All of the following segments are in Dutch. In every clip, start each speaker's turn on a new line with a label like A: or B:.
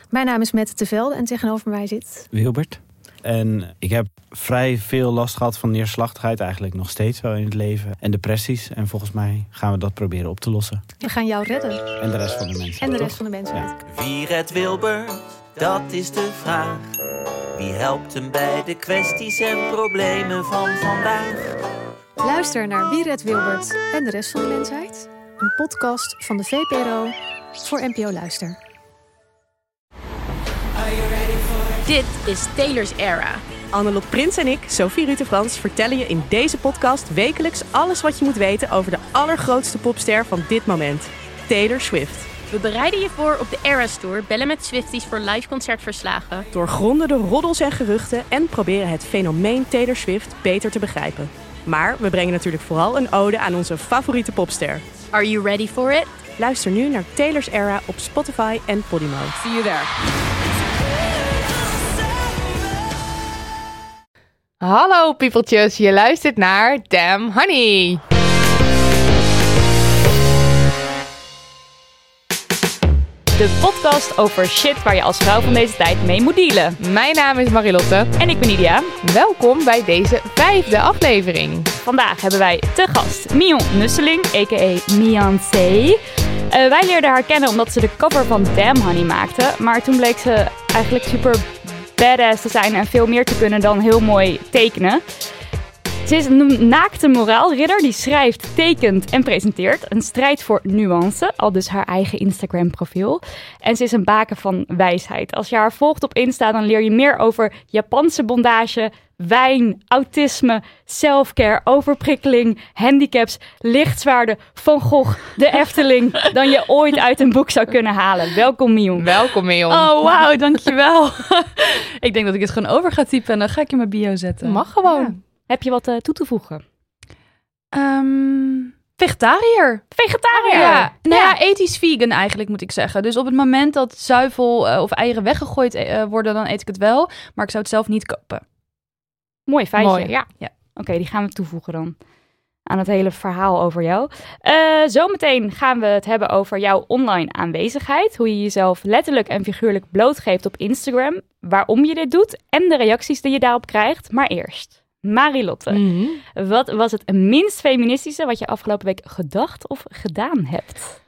A: Mijn naam is Mette Tevelde en tegenover mij zit
B: Wilbert. En ik heb vrij veel last gehad van neerslachtigheid, eigenlijk nog steeds wel in het leven. En depressies. En volgens mij gaan we dat proberen op te lossen.
A: We gaan jou redden.
B: En de rest van de mensen.
A: En de rest van de mensen.
B: Ja.
C: Wie redt Wilbert? Dat is de vraag. Wie helpt hem bij de kwesties en problemen van vandaag?
A: Luister naar Wie redt Wilbert en de rest van de mensheid. Een podcast van de VPRO voor NPO Luister.
D: Dit is Taylor's Era.
E: Annelot Prins en ik, Sophie Rutte-Frans, vertellen je in deze podcast wekelijks alles wat je moet weten over de allergrootste popster van dit moment, Taylor Swift.
D: We bereiden je voor op de Eras Tour, bellen met Swifties voor live concertverslagen.
E: Doorgronden de roddels en geruchten en proberen het fenomeen Taylor Swift beter te begrijpen. Maar we brengen natuurlijk vooral een ode aan onze favoriete popster.
D: Are you ready for it?
E: Luister nu naar Taylor's Era op Spotify en Podimo.
D: See you there.
F: Hallo peopletjes, je luistert naar Damn Honey.
G: De podcast over shit waar je als vrouw van deze tijd mee moet dealen.
F: Mijn naam is Marilotte.
G: En ik ben Nidia.
F: Welkom bij deze 5e aflevering.
G: Vandaag hebben wij te gast Mion Nusseling, a.k.a. Beyoncé. Wij leerden haar kennen omdat ze de cover van Damn Honey maakte. Maar toen bleek ze eigenlijk super badass te zijn en veel meer te kunnen dan heel mooi tekenen. Ze is een naakte moraalridder die schrijft, tekent en presenteert. Een strijd voor nuance, al dus haar eigen Instagram-profiel. En ze is een baken van wijsheid. Als je haar volgt op Insta, dan leer je meer over Japanse bondage, wijn, autisme, selfcare, overprikkeling, handicaps, lichtzwaarden, Van Gogh, de Efteling, dan je ooit uit een boek zou kunnen halen. Welkom, Mion.
F: Welkom, Mion.
H: Oh, wauw, dankjewel. Ik denk dat ik het gewoon over ga typen en dan ga ik in mijn bio zetten.
F: Mag gewoon.
H: Ja.
G: Heb je wat toe te voegen?
H: Vegetariër.
G: Vegetariër?
H: Ja. Nou ja, ethisch vegan eigenlijk moet ik zeggen. Dus op het moment dat zuivel of eieren weggegooid worden, dan eet ik het wel. Maar ik zou het zelf niet kopen.
G: Mooi feitje.
F: Mooi, ja.
G: Oké, die gaan we toevoegen dan aan het hele verhaal over jou. Zometeen gaan we het hebben over jouw online aanwezigheid. Hoe je jezelf letterlijk en figuurlijk blootgeeft op Instagram. Waarom je dit doet en de reacties die je daarop krijgt. Maar eerst, Marilotte. Wat was het minst feministische wat je afgelopen week gedacht of gedaan hebt?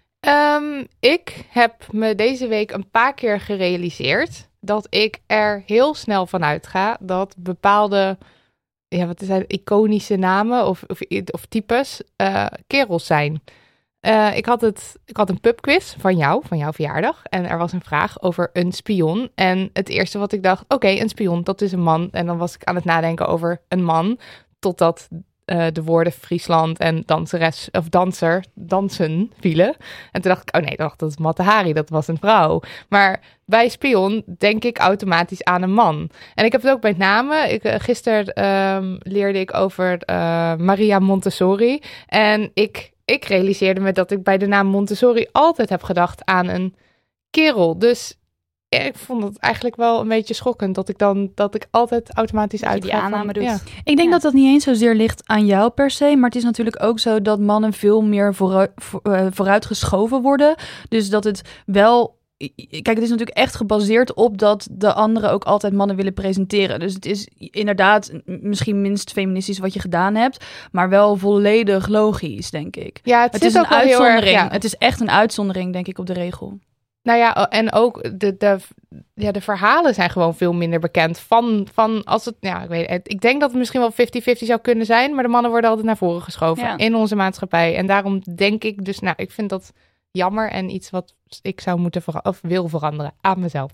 F: Ik heb me deze week een paar keer gerealiseerd dat ik er heel snel van uitga dat bepaalde, iconische namen of types kerels zijn. Ik had een pubquiz van jouw verjaardag. En er was een vraag over een spion. En het eerste wat ik dacht, oké, een spion, dat is een man. En dan was ik aan het nadenken over een man. Totdat de woorden Friesland en danseres of dansen vielen. En toen dacht ik, dat is Mata Hari, dat was een vrouw. Maar bij spion denk ik automatisch aan een man. En ik heb het ook bij namen. Gisteren leerde ik over Maria Montessori. En ik realiseerde me dat ik bij de naam Montessori altijd heb gedacht aan een kerel. Dus ik vond het eigenlijk wel een beetje schokkend dat ik altijd automatisch uitga
G: die aanname doet.
F: Ja.
H: Ik denk dat dat niet eens zozeer ligt aan jou per se. Maar het is natuurlijk ook zo dat mannen veel meer vooruitgeschoven worden. Dus dat het wel... Kijk, het is natuurlijk echt gebaseerd op dat de anderen ook altijd mannen willen presenteren. Dus het is inderdaad misschien minst feministisch wat je gedaan hebt, maar wel volledig logisch, denk ik.
F: Ja, het is
H: een
F: ook wel heel
H: uitzondering.
F: erg, ja.
H: Het is echt een uitzondering, denk ik, op de regel.
F: Nou ja, en ook de verhalen zijn gewoon veel minder bekend van als het, ja, ik weet het. Ik denk dat het misschien wel 50-50 zou kunnen zijn, maar de mannen worden altijd naar voren geschoven in onze maatschappij. En daarom denk ik dus, ik vind dat jammer en iets wat ik zou moeten wil veranderen aan mezelf.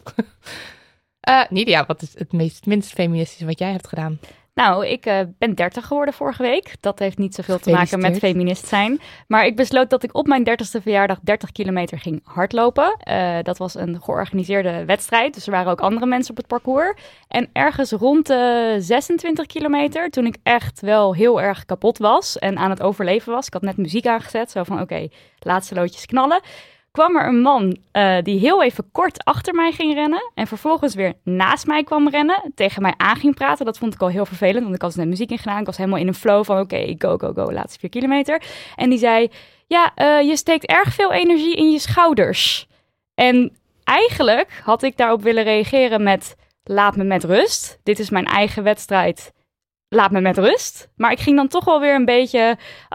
F: Nidia, wat is het minst feministische wat jij hebt gedaan?
G: Nou, ik ben 30 geworden vorige week. Dat heeft niet zoveel te maken met feminist zijn. Maar ik besloot dat ik op mijn 30ste verjaardag 30 kilometer ging hardlopen. Dat was een georganiseerde wedstrijd. Dus er waren ook andere mensen op het parcours. En ergens rond de 26 kilometer, toen ik echt wel heel erg kapot was en aan het overleven was. Ik had net muziek aangezet, zo van oké, laatste loodjes knallen. Kwam er een man die heel even kort achter mij ging rennen en vervolgens weer naast mij kwam rennen, tegen mij aan ging praten. Dat vond ik al heel vervelend, want ik had net muziek ingedaan. Ik was helemaal in een flow van oké, go, laatste 4 kilometer. En die zei, je steekt erg veel energie in je schouders. En eigenlijk had ik daarop willen reageren met... laat me met rust. Dit is mijn eigen wedstrijd. Laat me met rust. Maar ik ging dan toch wel weer een beetje...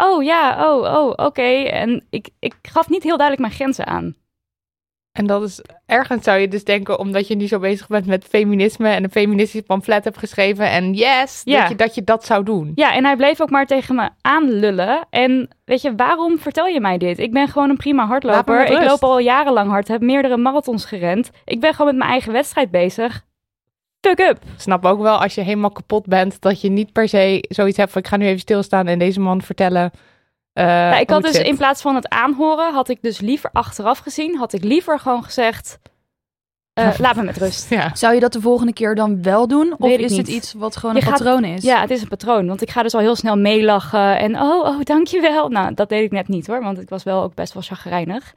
G: oké. En ik gaf niet heel duidelijk mijn grenzen aan.
F: En dat is ergens zou je dus denken, omdat je nu zo bezig bent met feminisme en een feministisch pamflet hebt geschreven en dat je dat zou doen.
G: Ja, en hij bleef ook maar tegen me aanlullen. En weet je, waarom vertel je mij dit? Ik ben gewoon een prima hardloper. Ik loop al jarenlang hard, heb meerdere marathons gerend. Ik ben gewoon met mijn eigen wedstrijd bezig. Fuck up.
F: Ik snap ook wel, als je helemaal kapot bent, dat je niet per se zoiets hebt van, ik ga nu even stilstaan en deze man vertellen...
G: ik had dus in plaats van het aanhoren, had ik dus liever achteraf gezien, had ik liever gewoon gezegd, laat me met rust.
F: Ja.
H: Zou je dat de volgende keer dan wel doen? Of is
G: niet.
H: het iets wat gewoon een patroon is?
G: Ja, het is een patroon. Want ik ga dus al heel snel meelachen en dankjewel. Nou, dat deed ik net niet hoor, want ik was wel ook best wel chagrijnig.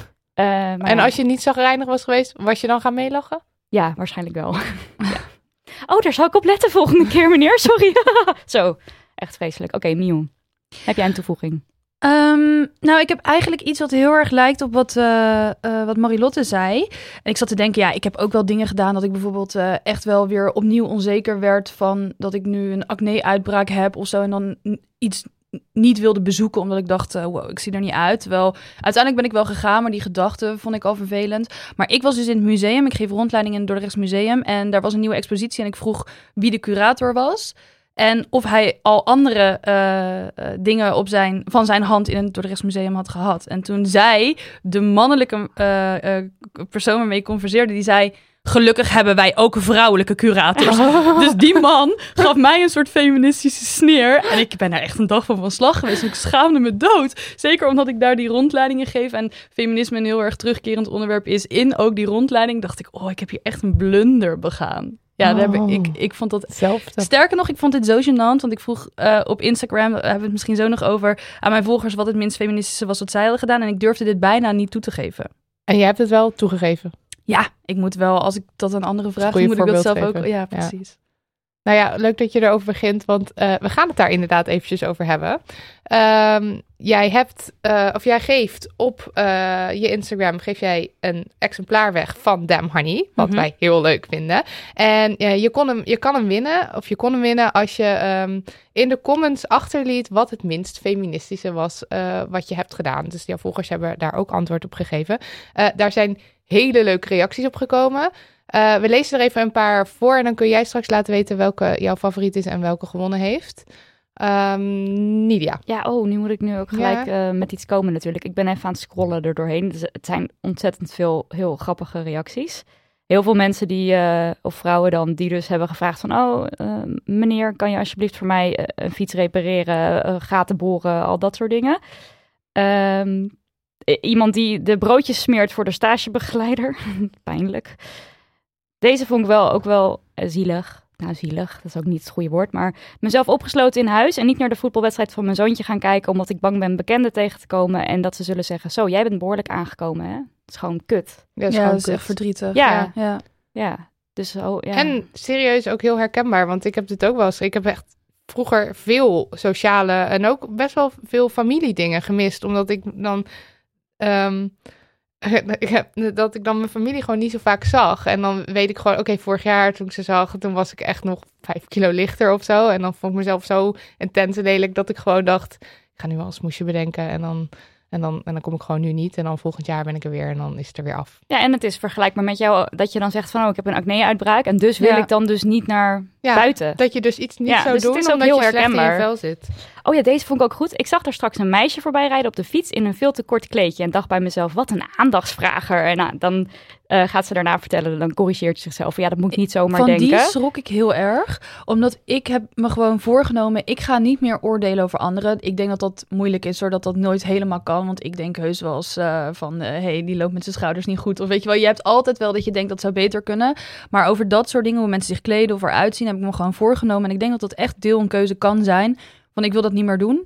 F: En als je niet chagrijnig was geweest, was je dan gaan meelachen?
G: Ja, waarschijnlijk wel. Ja. Oh, daar zal ik op letten volgende keer, meneer. Sorry. Zo, echt vreselijk. Oké, Mion. Heb jij een toevoeging?
H: Nou, ik heb eigenlijk iets wat heel erg lijkt op wat Marilotte zei. En ik zat te denken, ik heb ook wel dingen gedaan dat ik bijvoorbeeld echt wel weer opnieuw onzeker werd van dat ik nu een acne-uitbraak heb of zo. En dan iets niet wilde bezoeken omdat ik dacht, wow, ik zie er niet uit. Terwijl uiteindelijk ben ik wel gegaan, maar die gedachte vond ik al vervelend. Maar ik was dus in het museum. Ik geef rondleiding in het Dordrechts Museum en daar was een nieuwe expositie en ik vroeg wie de curator was. En of hij al andere dingen van zijn hand in het Dordrechts Museum had gehad. En toen zei de mannelijke persoon waarmee ik converseerde, die zei... Gelukkig hebben wij ook vrouwelijke curators. Dus die man gaf mij een soort feministische sneer. En ik ben daar echt een dag van slag geweest. En ik schaamde me dood. Zeker omdat ik daar die rondleidingen geef. En feminisme een heel erg terugkerend onderwerp is in ook die rondleiding. Dacht ik, ik heb hier echt een blunder begaan. Ja, ik vond dat...
F: Hetzelfde.
H: Sterker nog, ik vond dit zo gênant. Want ik vroeg op Instagram, daar hebben we het misschien zo nog over... aan mijn volgers wat het minst feministische was wat zij hadden gedaan. En ik durfde dit bijna niet toe te geven.
F: En jij hebt het wel toegegeven?
H: Ja, ik moet wel, als ik dat aan anderen vraag, dan moet ik dat zelf ook... Ja, precies. Ja.
F: Nou ja, leuk dat je erover begint, want we gaan het daar inderdaad eventjes over hebben. Jij geeft op je Instagram een exemplaar weg van Damn Honey, wat wij heel leuk vinden. En je kon hem winnen als je in de comments achterliet wat het minst feministische was wat je hebt gedaan. Dus jouw volgers hebben daar ook antwoord op gegeven. Daar zijn hele leuke reacties op gekomen. We lezen er even een paar voor en dan kun jij straks laten weten welke jouw favoriet is en welke gewonnen heeft. Nidia.
G: Ja, nu moet ik nu ook gelijk met iets komen natuurlijk. Ik ben even aan het scrollen er doorheen. Dus het zijn ontzettend veel heel grappige reacties. Heel veel mensen of vrouwen dan, die dus hebben gevraagd van... meneer, kan je alsjeblieft voor mij een fiets repareren, gaten boren, al dat soort dingen. Iemand die de broodjes smeert voor de stagebegeleider. Pijnlijk. Deze vond ik ook wel zielig. Nou, zielig, dat is ook niet het goede woord. Maar mezelf opgesloten in huis en niet naar de voetbalwedstrijd van mijn zoontje gaan kijken... omdat ik bang ben bekenden tegen te komen en dat ze zullen zeggen... Zo, jij bent behoorlijk aangekomen, hè? Dat is gewoon kut.
H: Dat is echt verdrietig.
G: Ja. Dus,
F: En serieus ook heel herkenbaar, want ik heb dit ook wel eens... Ik heb echt vroeger veel sociale en ook best wel veel familiedingen gemist, omdat ik dan... dat ik dan mijn familie gewoon niet zo vaak zag. En dan weet ik gewoon, vorig jaar toen ik ze zag, toen was ik echt nog 5 kilo lichter of zo. En dan vond ik mezelf zo intens en lelijk dat ik gewoon dacht, ik ga nu wel een smoesje bedenken en dan kom ik gewoon nu niet. En dan volgend jaar ben ik er weer en dan is het er weer af.
G: Ja, en het is vergelijkbaar met jou dat je dan zegt van, ik heb een acne-uitbraak en dus wil ik dan dus niet naar buiten.
F: Dat je dus iets niet zou
G: dus
F: doen,
G: het is ook
F: omdat
G: heel
F: je slecht
G: herkenbaar.
F: in je vel zit.
G: Oh ja, deze vond ik ook goed. Ik zag daar straks een meisje voorbij rijden op de fiets in een veel te kort kleedje en dacht bij mezelf, wat een aandachtsvrager. En dan gaat ze daarna vertellen, dan corrigeert ze zichzelf. Ja, dat moet ik niet zomaar denken.
H: Van die schrok ik heel erg, omdat ik heb me gewoon voorgenomen, ik ga niet meer oordelen over anderen. Ik denk dat dat moeilijk is, zodat dat nooit helemaal kan, want ik denk heus wel eens die loopt met zijn schouders niet goed. Of weet je wel, je hebt altijd wel dat je denkt dat zou beter kunnen. Maar over dat soort dingen, hoe mensen zich kleden of eruit zien, heb ik me gewoon voorgenomen. En ik denk dat dat echt deel een keuze kan zijn. Want ik wil dat niet meer doen.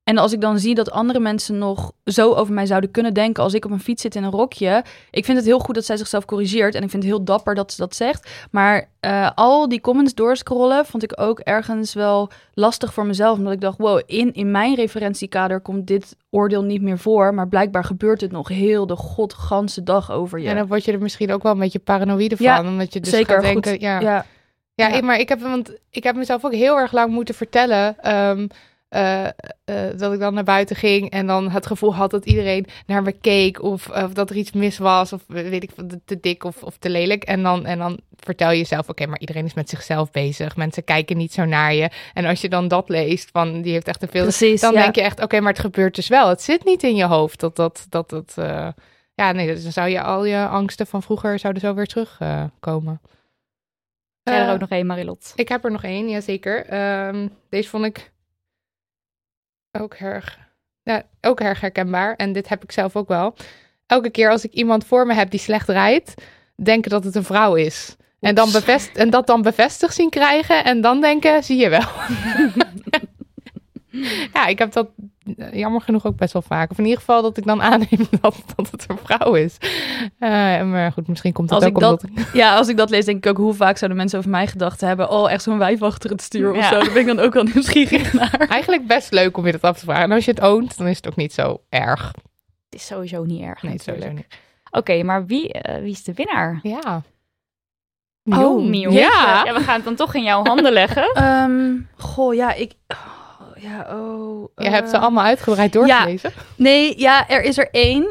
H: En als ik dan zie dat andere mensen nog zo over mij zouden kunnen denken als ik op een fiets zit in een rokje. Ik vind het heel goed dat zij zichzelf corrigeert. En ik vind het heel dapper dat ze dat zegt. Maar al die comments doorscrollen vond ik ook ergens wel lastig voor mezelf. Omdat ik dacht, wow, in mijn referentiekader komt dit oordeel niet meer voor. Maar blijkbaar gebeurt het nog heel de godganse dag over je.
F: En dan word je er misschien ook wel een beetje paranoïde van.
H: Ja,
F: omdat je dus
H: zeker,
F: gaat denken,
H: goed.
F: Ja, maar ik heb mezelf ook heel erg lang moeten vertellen dat ik dan naar buiten ging en dan het gevoel had dat iedereen naar me keek of dat er iets mis was of weet ik te dik of te lelijk. En dan vertel je jezelf, oké, maar iedereen is met zichzelf bezig. Mensen kijken niet zo naar je. En als je dan dat leest, van die heeft echt te veel.
H: Precies,
F: dan denk je echt, oké, maar het gebeurt dus wel. Het zit niet in je hoofd dat dus dan zou je al je angsten van vroeger zouden zo weer terugkomen.
G: Jij er ook nog één, Marilot?
F: Ik heb er nog één, jazeker. Deze vond ik ook erg herkenbaar. En dit heb ik zelf ook wel. Elke keer als ik iemand voor me heb die slecht rijdt, denken dat het een vrouw is. En dat dan bevestigd zien krijgen en dan denken, zie je wel. Ja, ik heb dat jammer genoeg ook best wel vaak. Of in ieder geval dat ik dan aanneem dat het een vrouw is. Maar goed, misschien komt het ook omdat...
H: Ja, als ik dat lees, denk ik ook, hoe vaak zouden mensen over mij gedacht hebben, oh, echt zo'n wijf achter het stuur of zo. Daar ben ik dan ook wel nieuwsgierig naar.
F: Eigenlijk best leuk om je dat af te vragen. En als je het oont, dan is het ook niet zo erg.
G: Het is sowieso niet erg.
F: Nee, sowieso niet.
G: Oké, maar wie is de winnaar?
F: Ja.
G: Mion. Ja, we gaan het dan toch in jouw handen leggen.
F: Je hebt ze allemaal uitgebreid doorgelezen.
H: Er is er één.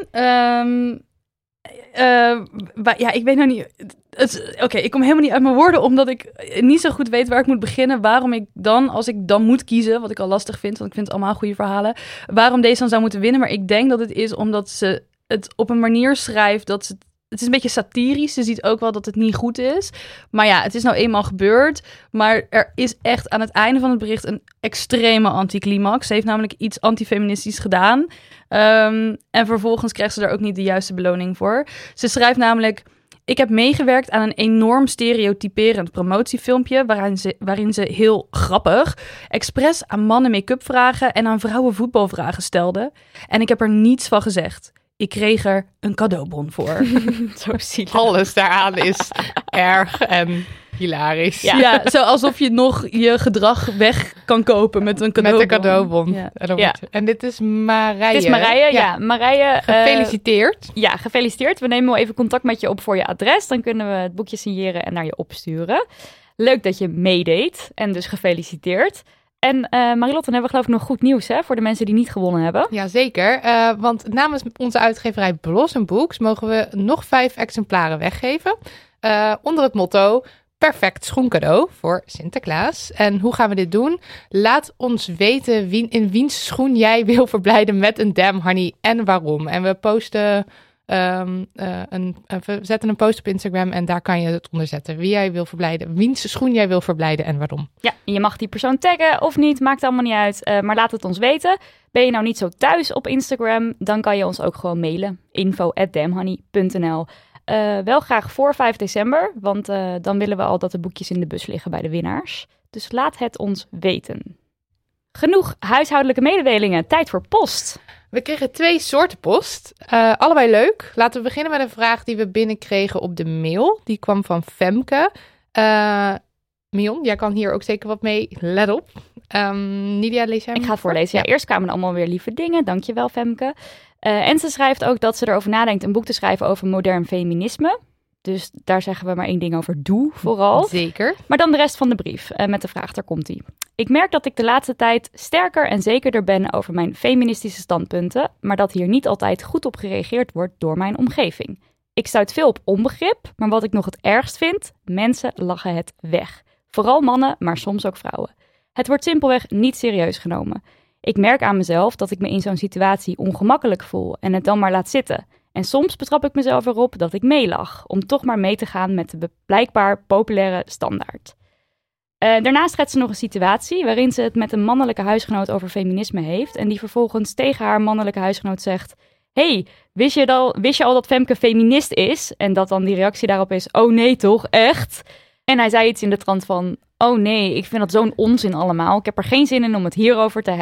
H: Ik weet nou niet... ik kom helemaal niet uit mijn woorden, omdat ik niet zo goed weet waar ik moet beginnen. Waarom ik dan, als ik dan moet kiezen, wat ik al lastig vind, want ik vind het allemaal goede verhalen, waarom deze dan zou moeten winnen. Maar ik denk dat het is omdat ze het op een manier schrijft dat ze... Het is een beetje satirisch. Ze ziet ook wel dat het niet goed is. Maar ja, het is nou eenmaal gebeurd. Maar er is echt aan het einde van het bericht een extreme anticlimax. Ze heeft namelijk iets antifeministisch gedaan. En vervolgens krijgt ze daar ook niet de juiste beloning voor. Ze schrijft namelijk: ik heb meegewerkt aan een enorm stereotyperend promotiefilmpje waarin ze heel grappig expres aan mannen make-up vragen en aan vrouwen voetbalvragen stelde. En ik heb er niets van gezegd. Ik kreeg er een cadeaubon voor.
G: Zo zielig.
F: Alles daaraan is erg en hilarisch.
H: Ja, zo alsof je nog je gedrag weg kan kopen met een cadeaubon.
F: Met een cadeaubon.
G: Ja.
F: En dit is Marije.
G: Het is Marije, ja. Marije,
F: gefeliciteerd.
G: Gefeliciteerd. We nemen wel even contact met je op voor je adres. Dan kunnen we het boekje signeren en naar je opsturen. Leuk dat je meedeed en dus gefeliciteerd. En Marilot, dan hebben we geloof ik nog goed nieuws voor de mensen die niet gewonnen hebben.
F: Jazeker, want namens onze uitgeverij Blossom Books mogen we nog 5 exemplaren weggeven. Onder het motto perfect schoencadeau voor Sinterklaas. En hoe gaan we dit doen? Laat ons weten in wiens schoen jij wil verblijden met een Damn Honey en waarom. En we posten... we zetten een post op Instagram en daar kan je het onder zetten. Wie jij wil verblijden, wiens schoen jij wil verblijden en waarom.
G: Ja, je mag die persoon taggen of niet, maakt allemaal niet uit. Maar laat het ons weten. Ben je nou niet zo thuis op Instagram, dan kan je ons ook gewoon mailen. info@damnhoney.nl. Wel graag voor 5 december, want dan willen we al dat de boekjes in de bus liggen bij de winnaars. Dus laat het ons weten. Genoeg huishoudelijke mededelingen. Tijd voor post.
F: We kregen 2 soorten post. Allebei leuk. Laten we beginnen met een vraag die we binnenkregen op de mail. Die kwam van Femke. Mion, jij kan hier ook zeker wat mee. Let op. Nidia, lees jij hem?
G: Ik ga het voorlezen. Ja, eerst kwamen er allemaal weer lieve dingen. Dankjewel, Femke. En ze schrijft ook dat ze erover nadenkt een boek te schrijven over modern feminisme. Dus daar zeggen we maar 1 ding over. Doe vooral.
F: Zeker.
G: Maar dan de rest van de brief met de vraag, daar komt-ie. Ik merk dat ik de laatste tijd sterker en zekerder ben over mijn feministische standpunten, maar dat hier niet altijd goed op gereageerd wordt door mijn omgeving. Ik stuit veel op onbegrip, maar wat ik nog het ergst vind, mensen lachen het weg. Vooral mannen, maar soms ook vrouwen. Het wordt simpelweg niet serieus genomen. Ik merk aan mezelf dat ik me in zo'n situatie ongemakkelijk voel en het dan maar laat zitten. En soms betrap ik mezelf erop dat ik meelach, om toch maar mee te gaan met de blijkbaar populaire standaard. Daarnaast schetst ze nog een situatie waarin ze het met een mannelijke huisgenoot over feminisme heeft en die vervolgens tegen haar mannelijke huisgenoot zegt: hey, wist je al dat Femke feminist is? En dat dan die reactie daarop is: oh nee toch, echt? En hij zei iets in de trant van: oh nee, ik vind dat zo'n onzin allemaal. Ik heb er geen zin in om het hierover te hebben.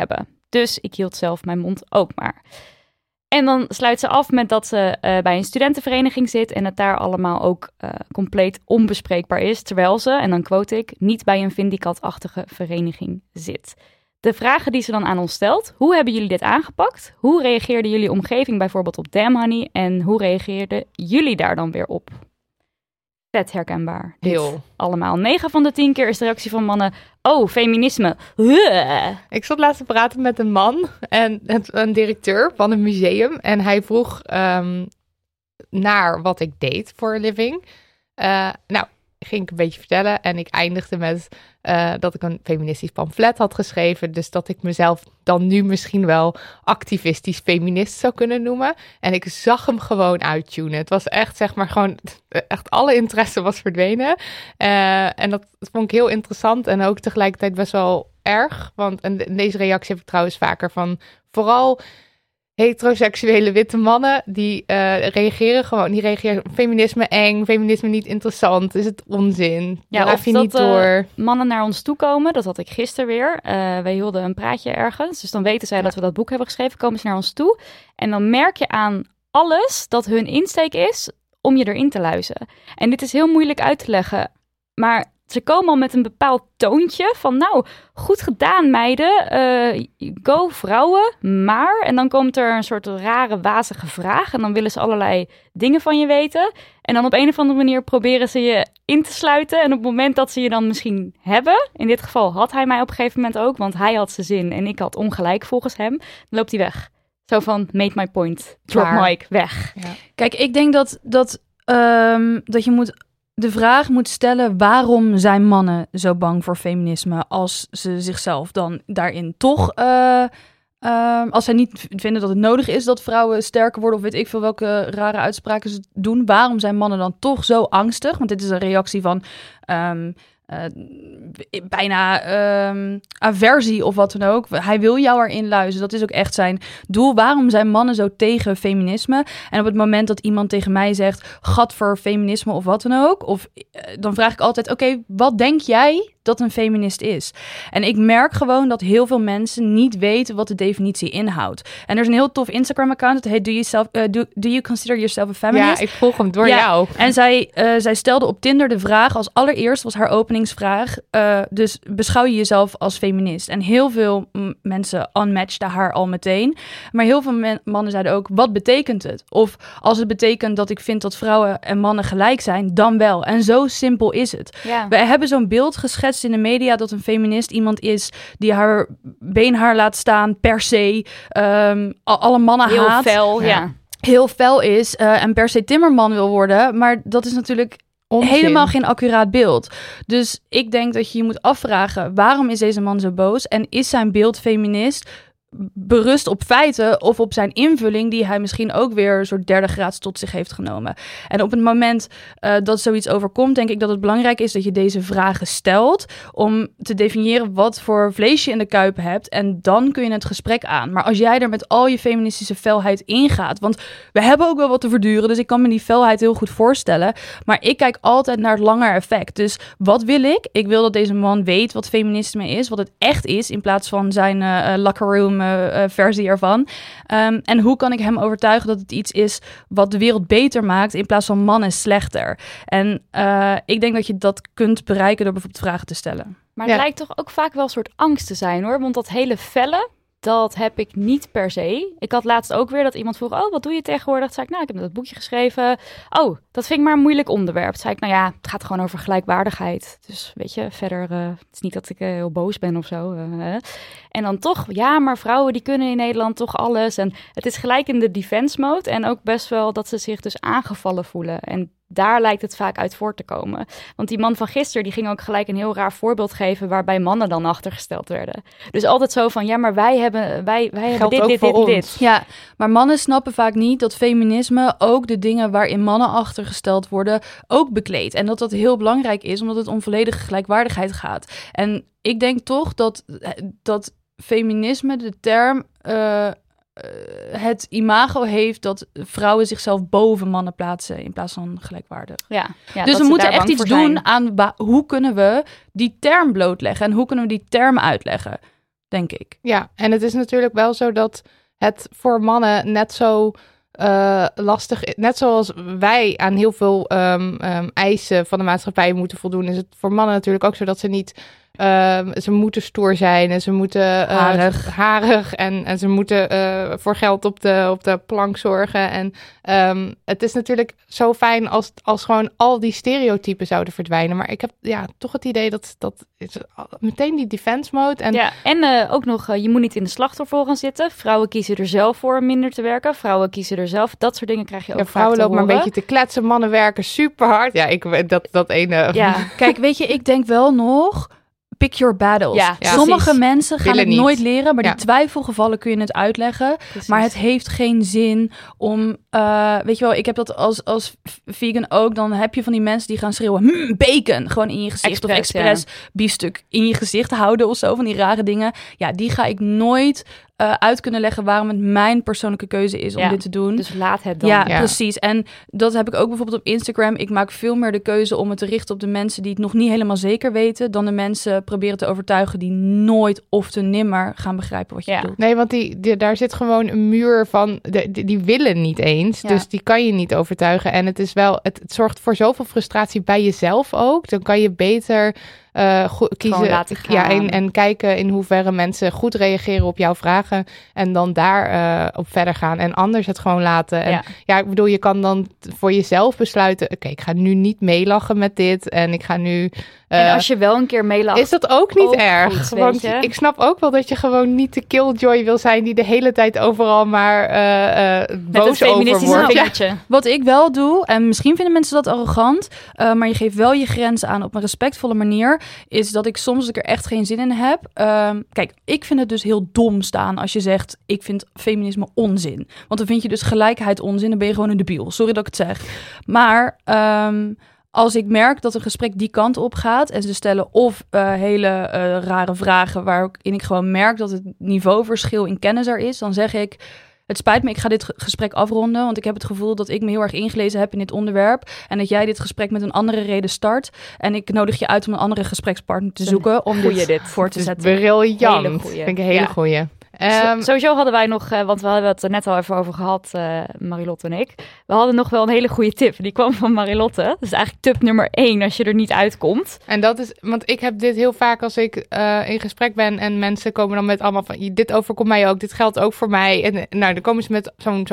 G: Dus ik hield zelf mijn mond ook maar. En dan sluit ze af met dat ze bij een studentenvereniging zit en het daar allemaal ook compleet onbespreekbaar is. Terwijl ze, en dan quote ik, niet bij een Vindicat-achtige vereniging zit. De vragen die ze dan aan ons stelt: hoe hebben jullie dit aangepakt? Hoe reageerde jullie omgeving bijvoorbeeld op Damn Honey? En hoe reageerden jullie daar dan weer op? Vet herkenbaar.
F: Heel.
G: Allemaal. 9 van de 10 keer is de reactie van mannen: oh, feminisme.
F: Ik zat laatst te praten met een man en een directeur van een museum. En hij vroeg naar wat ik deed voor een living. Ging ik een beetje vertellen. En ik eindigde met dat ik een feministisch pamflet had geschreven. Dus dat ik mezelf dan nu misschien wel activistisch feminist zou kunnen noemen. En ik zag hem gewoon uittunen. Het was echt, zeg maar, gewoon echt alle interesse was verdwenen. En dat vond ik heel interessant en ook tegelijkertijd best wel erg. En deze reactie heb ik trouwens vaker van vooral heteroseksuele witte mannen, die reageren feminisme eng, feminisme niet interessant, is het onzin.
G: Ja, of niet door. Mannen naar ons toe komen, dat had ik gisteren weer. Wij hielden een praatje ergens, dus dan weten zij dat we dat boek hebben geschreven, komen ze naar ons toe. En dan merk je aan alles dat hun insteek is om je erin te luizen. En dit is heel moeilijk uit te leggen, maar ze komen al met een bepaald toontje van nou, goed gedaan meiden, go vrouwen, maar... En dan komt er een soort rare, wazige vraag en dan willen ze allerlei dingen van je weten. En dan op een of andere manier proberen ze je in te sluiten. En op het moment dat ze je dan misschien hebben, in dit geval had hij mij op een gegeven moment ook, want hij had zijn zin en ik had ongelijk volgens hem, dan loopt hij weg. Zo van, made my point, drop mic, weg.
H: Ja. Kijk, ik denk dat je de vraag moet stellen: waarom zijn mannen zo bang voor feminisme als ze zichzelf dan daarin toch, als zij niet vinden dat het nodig is dat vrouwen sterker worden of weet ik veel welke rare uitspraken ze doen, waarom zijn mannen dan toch zo angstig? Want dit is een reactie van bijna aversie of wat dan ook. Hij wil jou erin luisteren. Dat is ook echt zijn doel. Waarom zijn mannen zo tegen feminisme? En op het moment dat iemand tegen mij zegt gat voor feminisme of wat dan ook, dan vraag ik altijd: oké, wat denk jij dat een feminist is? En ik merk gewoon dat heel veel mensen niet weten wat de definitie inhoudt. En er is een heel tof Instagram-account dat heet do you consider yourself a feminist?
F: Ja, ik volg hem door jou.
H: En zij stelde op Tinder de vraag, als allereerst was haar openingsvraag, dus beschouw je jezelf als feminist? En heel veel mensen unmatchten haar al meteen. Maar heel veel mannen zeiden ook: wat betekent het? Of als het betekent dat ik vind dat vrouwen en mannen gelijk zijn, dan wel. En zo simpel is het. Ja. We hebben zo'n beeld geschetst in de media dat een feminist iemand is die haar beenhaar laat staan per se, alle mannen
G: heel
H: haat.
G: Heel fel, ja.
H: Heel fel is en per se timmerman wil worden. Maar dat is natuurlijk onzin. Helemaal geen accuraat beeld. Dus ik denk dat je je moet afvragen: waarom is deze man zo boos? En is zijn beeld feminist berust op feiten of op zijn invulling die hij misschien ook weer een soort derde graads tot zich heeft genomen? En op het moment dat zoiets overkomt, denk ik dat het belangrijk is dat je deze vragen stelt om te definiëren wat voor vlees je in de kuip hebt, en dan kun je het gesprek aan. Maar als jij er met al je feministische felheid ingaat, want we hebben ook wel wat te verduren, dus ik kan me die felheid heel goed voorstellen, maar ik kijk altijd naar het langer effect. Dus wat wil ik? Ik wil dat deze man weet wat feminisme is, wat het echt is, in plaats van zijn locker room versie ervan. En hoe kan ik hem overtuigen dat het iets is wat de wereld beter maakt in plaats van mannen slechter? En ik denk dat je dat kunt bereiken door bijvoorbeeld vragen te stellen.
G: Maar het lijkt toch ook vaak wel een soort angst te zijn, hoor. Want dat hele felle, dat heb ik niet per se. Ik had laatst ook weer dat iemand vroeg: oh, wat doe je tegenwoordig? Toen zei ik: nou, ik heb dat boekje geschreven. Oh, dat vind ik maar een moeilijk onderwerp. Toen zei ik: nou ja, het gaat gewoon over gelijkwaardigheid. Dus weet je, verder, het is niet dat ik heel boos ben of zo. En dan toch, ja, maar vrouwen die kunnen in Nederland toch alles. En het is gelijk in de defense mode. En ook best wel dat ze zich dus aangevallen voelen. En daar lijkt het vaak uit voort te komen. Want die man van gisteren, die ging ook gelijk een heel raar voorbeeld geven waarbij mannen dan achtergesteld werden. Dus altijd zo van: ja, maar wij hebben dit.
H: Ja, maar mannen snappen vaak niet dat feminisme ook de dingen waarin mannen achtergesteld worden ook bekleedt. En dat heel belangrijk is, omdat het om volledige gelijkwaardigheid gaat. En ik denk toch dat feminisme, de term, het imago heeft dat vrouwen zichzelf boven mannen plaatsen in plaats van gelijkwaardig.
G: Ja,
H: dus we moeten echt iets doen aan hoe kunnen we die term blootleggen en hoe kunnen we die term uitleggen. denk ik.
F: Ja, en het is natuurlijk wel zo dat het voor mannen net zo lastig is. Net zoals wij aan heel veel eisen van de maatschappij moeten voldoen, is het voor mannen natuurlijk ook zo dat ze niet... ze moeten stoer zijn en ze moeten harig en ze moeten voor geld op de plank zorgen. En het is natuurlijk zo fijn als gewoon al die stereotypen zouden verdwijnen. Maar ik heb toch het idee dat is meteen die defense mode.
G: En ook nog, je moet niet in de slachtofferrol gaan zitten. Vrouwen kiezen er zelf voor om minder te werken. Vrouwen kiezen er zelf. Dat soort dingen krijg je ook vaak te horen.
F: Vrouwen lopen maar een beetje te kletsen. Mannen werken super hard. Ja, dat ene...
H: Ja. Kijk, weet je, ik denk wel nog... Pick your battles.
G: Ja,
H: sommige mensen gaan het
F: niet.
H: nooit leren, maar die twijfelgevallen kun je het uitleggen. Precies. Maar het heeft geen zin om... weet je wel, ik heb dat als vegan ook. Dan heb je van die mensen die gaan schreeuwen... bacon, gewoon in je gezicht. Of expres biefstuk in je gezicht houden of zo. Van die rare dingen. Ja, die ga ik nooit... uit kunnen leggen waarom het mijn persoonlijke keuze is om dit te doen.
G: Dus laat het dan.
H: Ja, precies. En dat heb ik ook bijvoorbeeld op Instagram. Ik maak veel meer de keuze om het te richten op de mensen die het nog niet helemaal zeker weten, dan de mensen proberen te overtuigen die nooit of te nimmer gaan begrijpen wat je doet.
F: Nee, want daar zit gewoon een muur van, die willen niet eens. Ja. Dus die kan je niet overtuigen. En het is wel, het zorgt voor zoveel frustratie bij jezelf ook. Dan kan je beter... kiezen en kijken in hoeverre mensen goed reageren op jouw vragen en dan daar op verder gaan en anders het gewoon laten. En ik bedoel, je kan dan voor jezelf besluiten, oké, ik ga nu niet meelachen met dit en ik ga nu...
G: en als je wel een keer meelacht...
F: Is dat ook niet erg? Goed, want ik snap ook wel dat je gewoon niet de killjoy wil zijn die de hele tijd overal maar boos over wordt.
H: Ja. Wat ik wel doe, en misschien vinden mensen dat arrogant, maar je geeft wel je grenzen aan op een respectvolle manier, is dat ik soms als ik er echt geen zin in heb. Kijk, ik vind het dus heel dom staan als je zegt, ik vind feminisme onzin. Want dan vind je dus gelijkheid onzin, dan ben je gewoon een debiel. Sorry dat ik het zeg. Maar als ik merk dat een gesprek die kant op gaat en ze stellen of hele rare vragen waarin ik gewoon merk dat het niveauverschil in kennis er is, dan zeg ik, het spijt me, ik ga dit gesprek afronden, want ik heb het gevoel dat ik me heel erg ingelezen heb in dit onderwerp en dat jij dit gesprek met een andere reden start. En ik nodig je uit om een andere gesprekspartner te zoeken om dit voor te zetten.
F: Briljant. Vind ik een hele goeie.
G: Sowieso hadden wij nog, want we hadden het er net al even over gehad, Marilotte en ik. We hadden nog wel een hele goede tip. Die kwam van Marilotte. Dat is eigenlijk tip nummer 1 als je er niet uitkomt.
F: En dat is, want ik heb dit heel vaak als ik in gesprek ben en mensen komen dan met allemaal van, dit overkomt mij ook, dit geldt ook voor mij. En nou, dan komen ze met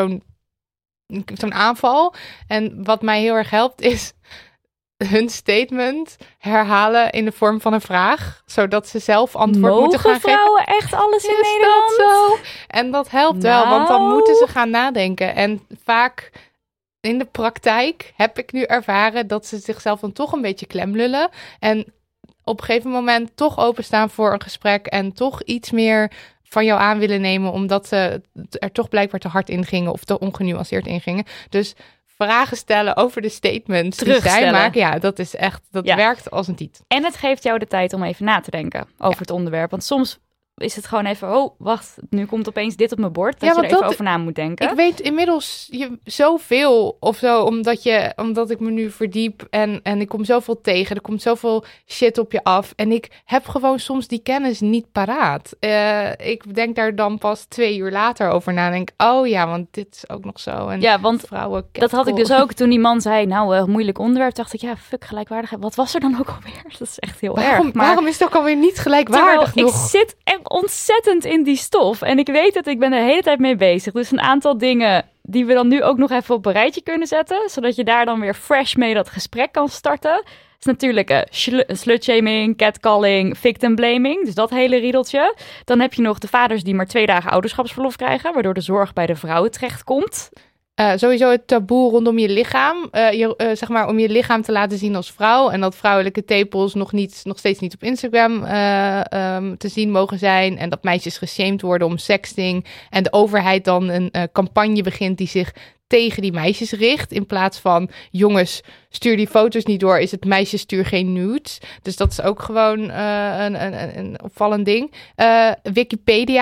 F: zo'n aanval. En wat mij heel erg helpt is hun statement herhalen in de vorm van een vraag, zodat ze zelf antwoord moeten gaan geven.
G: Mogen vrouwen echt alles in Nederland?
F: Dat zo? En dat helpt wel, want dan moeten ze gaan nadenken. En vaak in de praktijk heb ik nu ervaren dat ze zichzelf dan toch een beetje klemlullen en op een gegeven moment toch openstaan voor een gesprek en toch iets meer van jou aan willen nemen, omdat ze er toch blijkbaar te hard in gingen of te ongenuanceerd in gingen. Dus vragen stellen over de statements die zij maken. Ja, dat is echt, dat werkt als een tiet.
G: En het geeft jou de tijd om even na te denken over het onderwerp. Want soms is het gewoon even, oh, wacht, nu komt opeens dit op mijn bord. Dat je er even over na moet denken.
F: Ik weet inmiddels zoveel of zo, omdat ik me nu verdiep en ik kom zoveel tegen. Er komt zoveel shit op je af. En ik heb gewoon soms die kennis niet paraat. Ik denk daar dan pas 2 uur later over na en denk, oh ja, want dit is ook nog zo. En
G: ja, want vrouwen, dat had ik dus ook toen die man zei, nou, moeilijk onderwerp. Dacht ik, ja, fuck, gelijkwaardigheid. Wat was er dan ook alweer? Dat is echt heel erg. Maar
F: waarom is het ook alweer niet gelijkwaardig nog?
G: Ik zit echt ontzettend in die stof. En ik weet dat ik ben er de hele tijd mee bezig. Dus een aantal dingen die we dan nu ook nog even op een rijtje kunnen zetten. Zodat je daar dan weer fresh mee dat gesprek kan starten. Is natuurlijk slutshaming, catcalling, victim blaming. Dus dat hele riedeltje. Dan heb je nog de vaders die maar 2 dagen ouderschapsverlof krijgen. Waardoor de zorg bij de vrouwen terechtkomt.
F: Sowieso het taboe rondom je lichaam. Zeg maar om je lichaam te laten zien als vrouw. En dat vrouwelijke tepels nog steeds niet op Instagram te zien mogen zijn. En dat meisjes geshamed worden om sexting. En de overheid dan een campagne begint die zich tegen die meisjes richt. In plaats van, jongens, stuur die foto's niet door. Is het meisjes, stuur geen nudes. Dus dat is ook gewoon een opvallend ding. Wikipedia.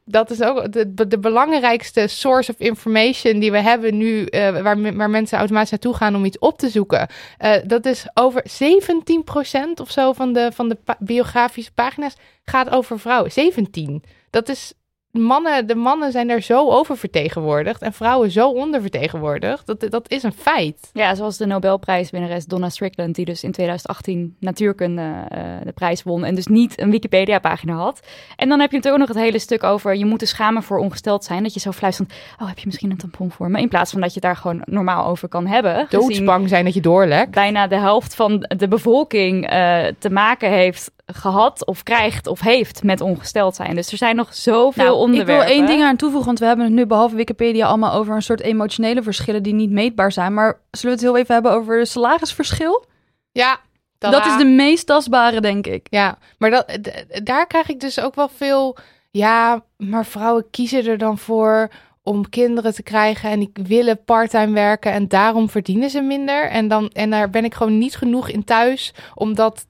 F: dat is ook de belangrijkste source of information die we hebben nu, waar mensen automatisch naartoe gaan om iets op te zoeken. Dat is over 17% of zo van de biografische pagina's gaat over vrouwen. 17. Dat is de mannen zijn daar zo oververtegenwoordigd en vrouwen zo ondervertegenwoordigd. Dat is een feit.
G: Ja, zoals de Nobelprijswinnares Donna Strickland, die dus in 2018 natuurkunde de prijs won en dus niet een Wikipedia-pagina had. En dan heb je natuurlijk ook nog het hele stuk over je moet dus schamen voor ongesteld zijn. Dat je zo fluistert, heb je misschien een tampon voor me? In plaats van dat je het daar gewoon normaal over kan hebben.
F: Doodsbang zijn dat je doorlekt.
G: Bijna de helft van de bevolking te maken heeft gehad of krijgt of heeft met ongesteld zijn. Dus er zijn nog zoveel onderwerpen.
H: Ik wil 1 ding aan toevoegen, want we hebben het nu behalve Wikipedia allemaal over een soort emotionele verschillen die niet meetbaar zijn. Maar zullen we het heel even hebben over het salarisverschil?
F: Ja.
H: Dat is de meest tastbare, denk ik.
F: Ja, maar daar krijg ik dus ook wel veel. Ja, maar vrouwen kiezen er dan voor om kinderen te krijgen en die willen parttime werken en daarom verdienen ze minder. En daar ben ik gewoon niet genoeg in thuis om dat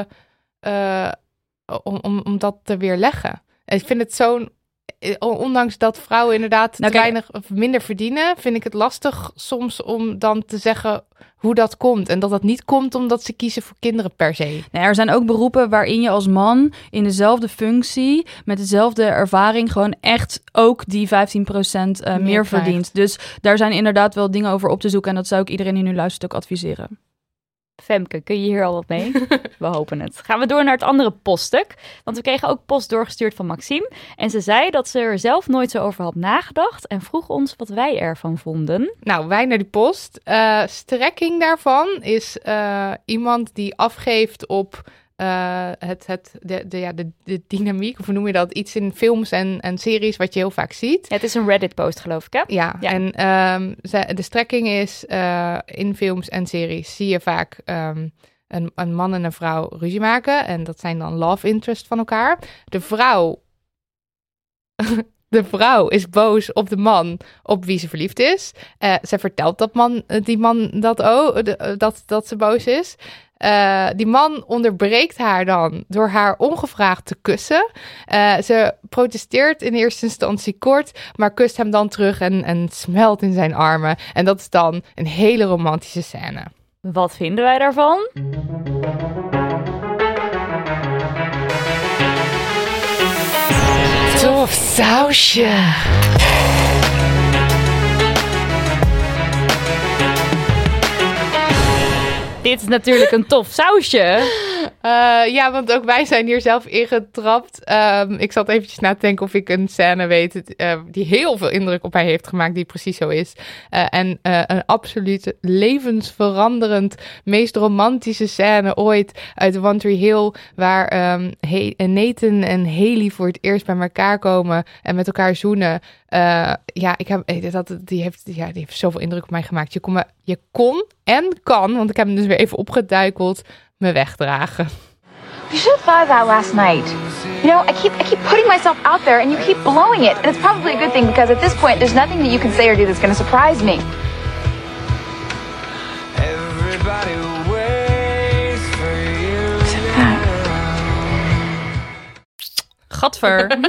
F: om dat te weerleggen. Ik vind het zo'n, ondanks dat vrouwen inderdaad weinig of minder verdienen, vind ik het lastig soms om dan te zeggen hoe dat komt. En dat niet komt omdat ze kiezen voor kinderen per se.
H: Nee, er zijn ook beroepen waarin je als man in dezelfde functie, met dezelfde ervaring, gewoon echt ook die 15% meer verdient. Dus daar zijn inderdaad wel dingen over op te zoeken. En dat zou ik iedereen die nu luistert ook adviseren.
G: Femke, kun je hier al wat mee? We hopen het. Gaan we door naar het andere poststuk. Want we kregen ook post doorgestuurd van Maxime. En ze zei dat ze er zelf nooit zo over had nagedacht. En vroeg ons wat wij ervan vonden.
F: Nou, wij naar die post. Strekking daarvan is iemand die afgeeft op de dynamiek. Of hoe noem je dat? Iets in films en series wat je heel vaak ziet.
G: Ja, het is een Reddit-post, geloof ik, hè?
F: Ja. En de strekking is in films en series zie je vaak een man en een vrouw ruzie maken. En dat zijn dan love interest van elkaar. De vrouw is boos op de man op wie ze verliefd is. Ze vertelt die man dat ze boos is. Die man onderbreekt haar dan door haar ongevraagd te kussen. Ze protesteert in eerste instantie kort, maar kust hem dan terug en smelt in zijn armen. En dat is dan een hele romantische scène.
G: Wat vinden wij daarvan?
F: Tof sausje.
G: Dit is natuurlijk een tof sausje.
F: Ja, want ook wij zijn hier zelf ingetrapt. Ik zat eventjes na te denken of ik een scène weet die heel veel indruk op mij heeft gemaakt, die precies zo is. En een absoluut levensveranderend, meest romantische scène ooit uit One Tree Hill, waar Nathan en Haley voor het eerst bij elkaar komen en met elkaar zoenen. Die heeft zoveel indruk op mij gemaakt. Je kon en kan, want ik heb hem dus weer even opgeduikeld, me wegdragen.
I: You should have thought of that last night. You know, I keep putting myself out there and you keep blowing it. And it's probably a good thing because at this point there's nothing that you can say or do that's going to surprise me. Everybody waits for you. Sit back.
H: Gadver.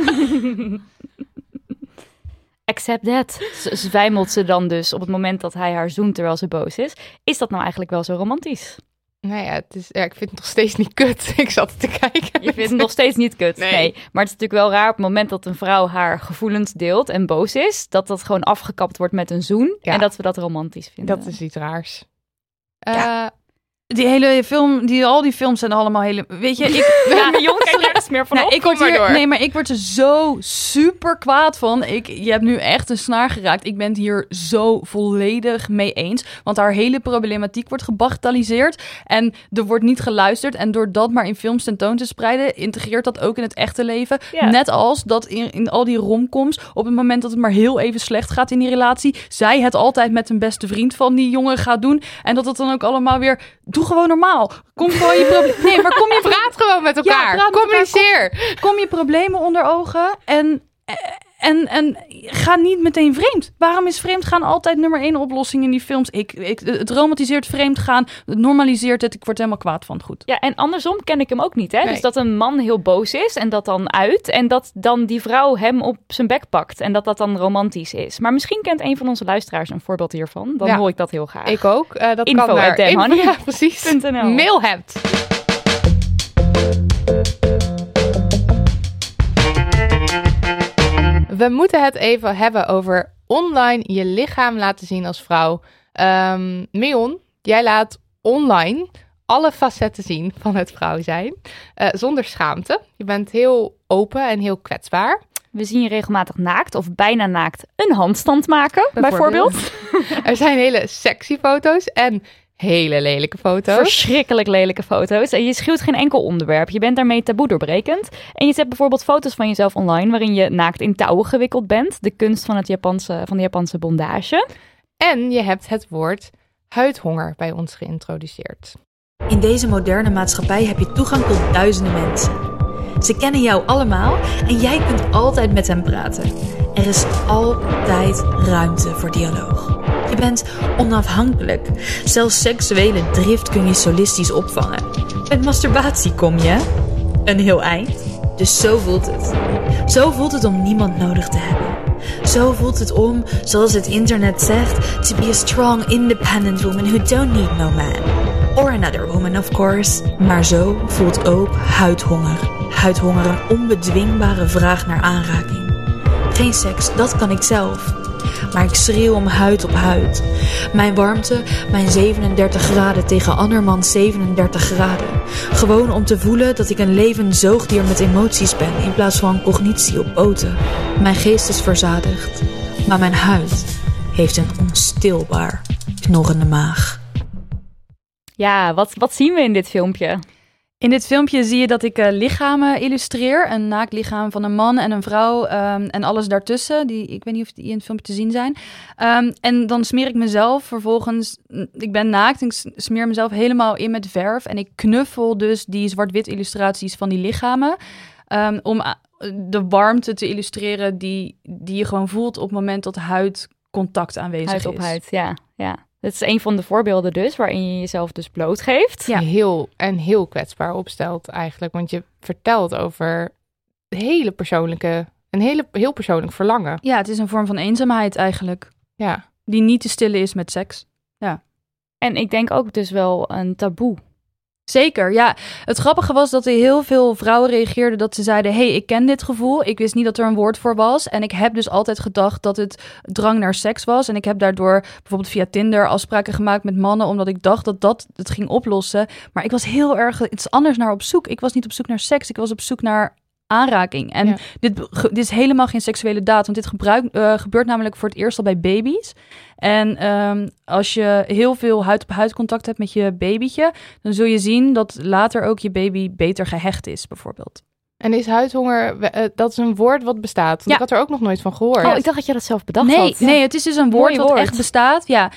G: Accept that. Zwijmelt ze dan dus op het moment dat hij haar zoent terwijl ze boos is. Is dat nou eigenlijk wel zo romantisch?
F: Nou ja, ik vind het nog steeds niet kut. Ik zat te kijken.
G: Je vindt het nog steeds niet kut? Nee. Maar het is natuurlijk wel raar op het moment dat een vrouw haar gevoelens deelt en boos is, dat gewoon afgekapt wordt met een zoen en dat we dat romantisch vinden.
F: Dat is iets raars.
H: Die hele film, al die films zijn allemaal hele... Weet je,
G: jongens, kijk er dus meer van op.
H: Ik word er zo super kwaad van. Je hebt nu echt een snaar geraakt. Ik ben het hier zo volledig mee eens. Want haar hele problematiek wordt gebagatelliseerd. En er wordt niet geluisterd. En door dat maar in films tentoon te spreiden, integreert dat ook in het echte leven. Ja. Net als dat in al die romcoms, op het moment dat het maar heel even slecht gaat in die relatie, zij het altijd met een beste vriend van die jongen gaat doen. En dat het dan ook allemaal weer... Doe gewoon normaal. Kom gewoon je probleem. Nee, maar
F: praat gewoon met elkaar. Ja, communiceer.
H: Kom je problemen onder ogen En ga niet meteen vreemd. Waarom is vreemd gaan altijd nummer 1 oplossing in die films? Het romantiseert vreemd gaan, het normaliseert het. Ik word helemaal kwaad van. Goed.
G: Ja, en andersom ken ik hem ook niet. Hè?
F: Nee.
G: Dus dat een man heel boos is en dat dan uit. En dat dan die vrouw hem op zijn bek pakt. En dat dan romantisch is. Maar misschien kent een van onze luisteraars een voorbeeld hiervan. Dan hoor ik dat heel graag.
F: Ik ook. Dat
G: Info
F: kan naar
G: @damhoney.
F: Ja, precies. Mail het. We moeten het even hebben over online je lichaam laten zien als vrouw. Mion, jij laat online alle facetten zien van het vrouw zijn. Zonder schaamte. Je bent heel open en heel kwetsbaar.
G: We zien je regelmatig naakt of bijna naakt een handstand maken, bijvoorbeeld.
F: Er zijn hele sexy foto's en hele lelijke foto's.
G: Verschrikkelijk lelijke foto's. En je schuwt geen enkel onderwerp. Je bent daarmee taboe doorbrekend. En je zet bijvoorbeeld foto's van jezelf online waarin je naakt in touwen gewikkeld bent. De kunst van de Japanse bondage.
F: En je hebt het woord huidhonger bij ons geïntroduceerd.
J: In deze moderne maatschappij heb je toegang tot duizenden mensen. Ze kennen jou allemaal en jij kunt altijd met hen praten. Er is altijd ruimte voor dialoog. Je bent onafhankelijk. Zelfs seksuele drift kun je solistisch opvangen. Met masturbatie kom je een heel eind. Dus zo voelt het. Zo voelt het om niemand nodig te hebben. Zo voelt het om, zoals het internet zegt, to be a strong, independent woman who don't need no man. Or another woman, of course. Maar zo voelt ook huidhonger. Huidhonger, een onbedwingbare vraag naar aanraking. Geen seks, dat kan ik zelf. Maar ik schreeuw om huid op huid. Mijn warmte, mijn 37 graden tegen andermans 37 graden. Gewoon om te voelen dat ik een levend zoogdier met emoties ben in plaats van cognitie op poten. Mijn geest is verzadigd, maar mijn huid heeft een onstilbaar knorrende maag.
G: Ja, wat zien we in dit filmpje?
H: In dit filmpje zie je dat ik lichamen illustreer. Een naakt lichaam van een man en een vrouw en alles daartussen. Ik weet niet of die in het filmpje te zien zijn. En dan smeer ik mezelf vervolgens... Ik ben naakt en ik smeer mezelf helemaal in met verf. En ik knuffel dus die zwart-wit illustraties van die lichamen. Om de warmte te illustreren die je gewoon voelt op het moment dat huidcontact aanwezig is.
G: Huid op huid, ja. Dat is een van de voorbeelden dus, waarin je jezelf dus blootgeeft.
F: Ja. Heel kwetsbaar opstelt eigenlijk. Want je vertelt over heel persoonlijk verlangen.
H: Ja, het is een vorm van eenzaamheid eigenlijk.
F: Ja.
H: Die niet te stillen is met seks. Ja.
G: En ik denk ook dus wel een taboe.
H: Zeker, ja. Het grappige was dat er heel veel vrouwen reageerden dat ze zeiden... hey, ik ken dit gevoel. Ik wist niet dat er een woord voor was. En ik heb dus altijd gedacht dat het drang naar seks was. En ik heb daardoor bijvoorbeeld via Tinder afspraken gemaakt met mannen... omdat ik dacht dat het ging oplossen. Maar ik was heel erg iets anders naar op zoek. Ik was niet op zoek naar seks. Ik was op zoek naar aanraking. En dit is helemaal geen seksuele daad. Want dit gebeurt namelijk voor het eerst al bij baby's. En als je heel veel huid-op-huid contact hebt met je babytje... dan zul je zien dat later ook je baby beter gehecht is, bijvoorbeeld.
F: En is huidhonger, dat is een woord wat bestaat? Want ik had er ook nog nooit van gehoord.
G: Oh, ik dacht dat je dat zelf bedacht had.
H: Nee, het is dus een woord wat echt bestaat. Ja,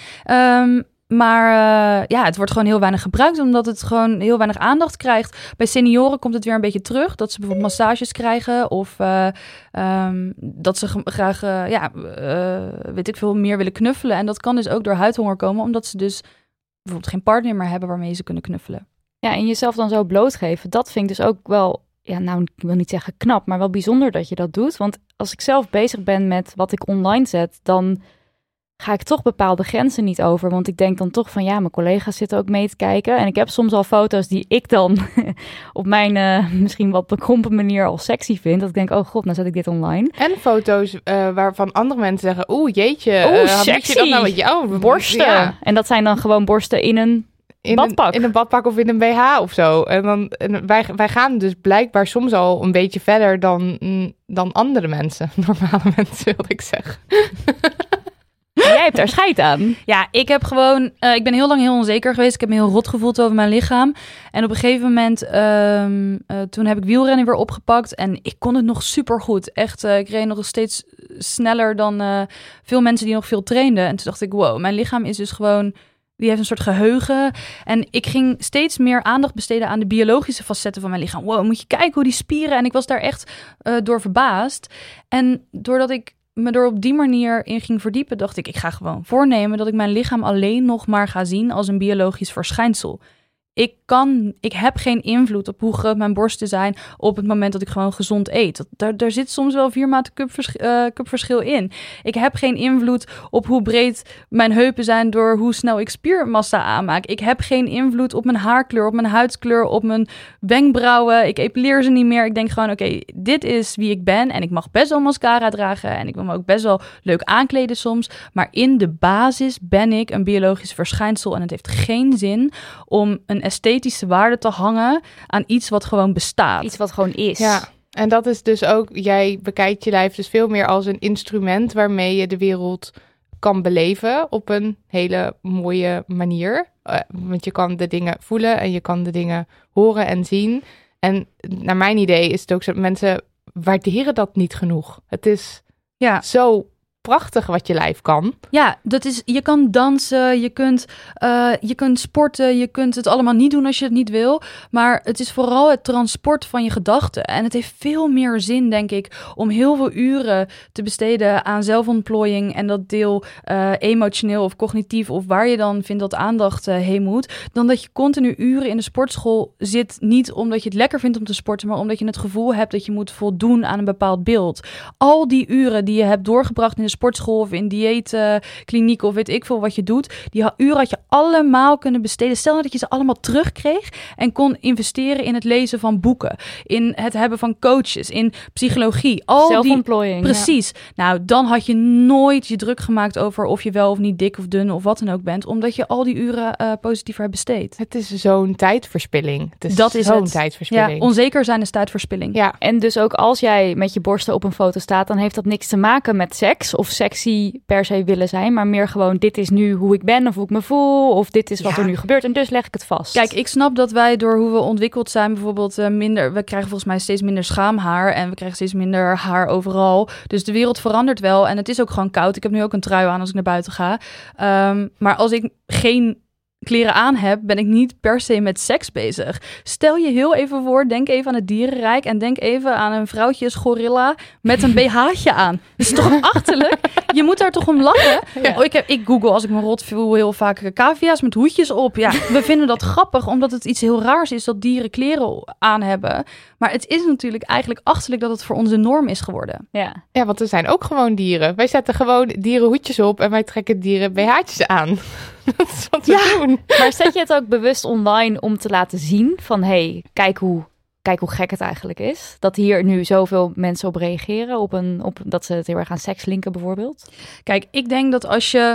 H: maar het wordt gewoon heel weinig gebruikt... omdat het gewoon heel weinig aandacht krijgt. Bij senioren komt het weer een beetje terug... dat ze bijvoorbeeld massages krijgen... of dat ze graag, weet ik veel, meer willen knuffelen. En dat kan dus ook door huidhonger komen... omdat ze dus bijvoorbeeld geen partner meer hebben... waarmee ze kunnen knuffelen.
G: Ja, en jezelf dan zo blootgeven... dat vind ik dus ook wel... Ja, nou, ik wil niet zeggen knap... maar wel bijzonder dat je dat doet. Want als ik zelf bezig ben met wat ik online zet... dan... ga ik toch bepaalde grenzen niet over. Want ik denk dan toch van ja, mijn collega's zitten ook mee te kijken. En ik heb soms al foto's die ik dan op mijn misschien wat bekrompen manier al sexy vind. Dat ik denk, oh god, nou zet ik dit online.
F: En foto's waarvan andere mensen zeggen, oeh jeetje.
G: Sexy.
F: Je dat nou met jou?
G: Borsten. Ja. En dat zijn dan gewoon borsten in een badpak.
F: In een badpak of in een BH of zo. En wij gaan dus blijkbaar soms al een beetje verder dan andere mensen. Normale mensen, wil ik zeggen.
G: Jij hebt daar scheid aan.
H: Ja, ik heb gewoon... ik ben heel lang heel onzeker geweest. Ik heb me heel rot gevoeld over mijn lichaam. En op een gegeven moment... toen heb ik wielrennen weer opgepakt. En ik kon het nog supergoed. Echt, ik reed nog steeds sneller dan veel mensen die nog veel trainden. En toen dacht ik, wow, mijn lichaam is dus gewoon... Die heeft een soort geheugen. En ik ging steeds meer aandacht besteden aan de biologische facetten van mijn lichaam. Wow, moet je kijken hoe die spieren... En ik was daar echt door verbaasd. En doordat ik me er op die manier in ging verdiepen, dacht ik ga gewoon voornemen dat ik mijn lichaam alleen nog maar ga zien als een biologisch verschijnsel. Ik heb geen invloed op hoe groot mijn borsten zijn op het moment dat ik gewoon gezond eet. Daar zit soms wel 4 maten cupverschil in. Ik heb geen invloed op hoe breed mijn heupen zijn door hoe snel ik spiermassa aanmaak. Ik heb geen invloed op mijn haarkleur, op mijn huidskleur, op mijn wenkbrauwen. Ik epileer ze niet meer. Ik denk gewoon, oké, dit is wie ik ben en ik mag best wel mascara dragen en ik wil me ook best wel leuk aankleden soms. Maar in de basis ben ik een biologisch verschijnsel en het heeft geen zin om een esthetische waarde te hangen aan iets wat gewoon bestaat.
F: Iets wat gewoon is. Ja, en dat is dus ook, jij bekijkt je lijf dus veel meer als een instrument waarmee je de wereld kan beleven op een hele mooie manier. Want je kan de dingen voelen en je kan de dingen horen en zien. En naar mijn idee is het ook zo, mensen waarderen dat niet genoeg. Het is zo prachtig wat je lijf kan.
H: Ja, dat is, je kan dansen, je kunt sporten, je kunt het allemaal niet doen als je het niet wil. Maar het is vooral het transport van je gedachten. En het heeft veel meer zin, denk ik, om heel veel uren te besteden aan zelfontplooiing en dat deel emotioneel of cognitief of waar je dan vindt dat aandacht heen moet, dan dat je continu uren in de sportschool zit, niet omdat je het lekker vindt om te sporten, maar omdat je het gevoel hebt dat je moet voldoen aan een bepaald beeld. Al die uren die je hebt doorgebracht in de sportschool of in dieetkliniek of weet ik veel wat je doet, die uren had je allemaal kunnen besteden. Stel nou dat je ze allemaal terugkreeg en kon investeren in het lezen van boeken, in het hebben van coaches, in psychologie.
F: Zelfontplooiing.
H: Precies. Ja. Nou, dan had je nooit je druk gemaakt over of je wel of niet dik of dun of wat dan ook bent, omdat je al die uren positiever hebt besteed.
F: Het is zo'n tijdverspilling.
H: Ja, onzeker zijn is tijdverspilling.
G: Ja. En dus ook als jij met je borsten op een foto staat, dan heeft dat niks te maken met seks of sexy per se willen zijn, maar meer gewoon dit is nu hoe ik ben of hoe ik me voel of dit is wat er nu gebeurt en dus leg ik het vast.
H: Kijk, ik snap dat wij door hoe we ontwikkeld zijn bijvoorbeeld we krijgen volgens mij steeds minder schaamhaar en we krijgen steeds minder haar overal. Dus de wereld verandert wel en het is ook gewoon koud. Ik heb nu ook een trui aan als ik naar buiten ga. Maar als ik geen kleren aan heb, ben ik niet per se met seks bezig. Stel je heel even voor, denk even aan het dierenrijk en denk even aan een vrouwtje als gorilla met een BH'tje aan. Dat is toch achterlijk? Je moet daar toch om lachen? Ja. Oh, ik google als ik me rot voel heel vaak cavia's met hoedjes op. Ja, we vinden dat grappig, omdat het iets heel raars is dat dieren kleren aan hebben. Maar het is natuurlijk eigenlijk achterlijk dat het voor ons de norm is geworden.
F: Ja, want er zijn ook gewoon dieren. Wij zetten gewoon dierenhoedjes op en wij trekken dieren BH'tjes aan. Dat is wat we doen.
G: Maar zet je het ook bewust online om te laten zien van hey, kijk hoe gek het eigenlijk is? Dat hier nu zoveel mensen op reageren, op dat ze het heel erg aan seks linken bijvoorbeeld?
H: Kijk, ik denk dat als je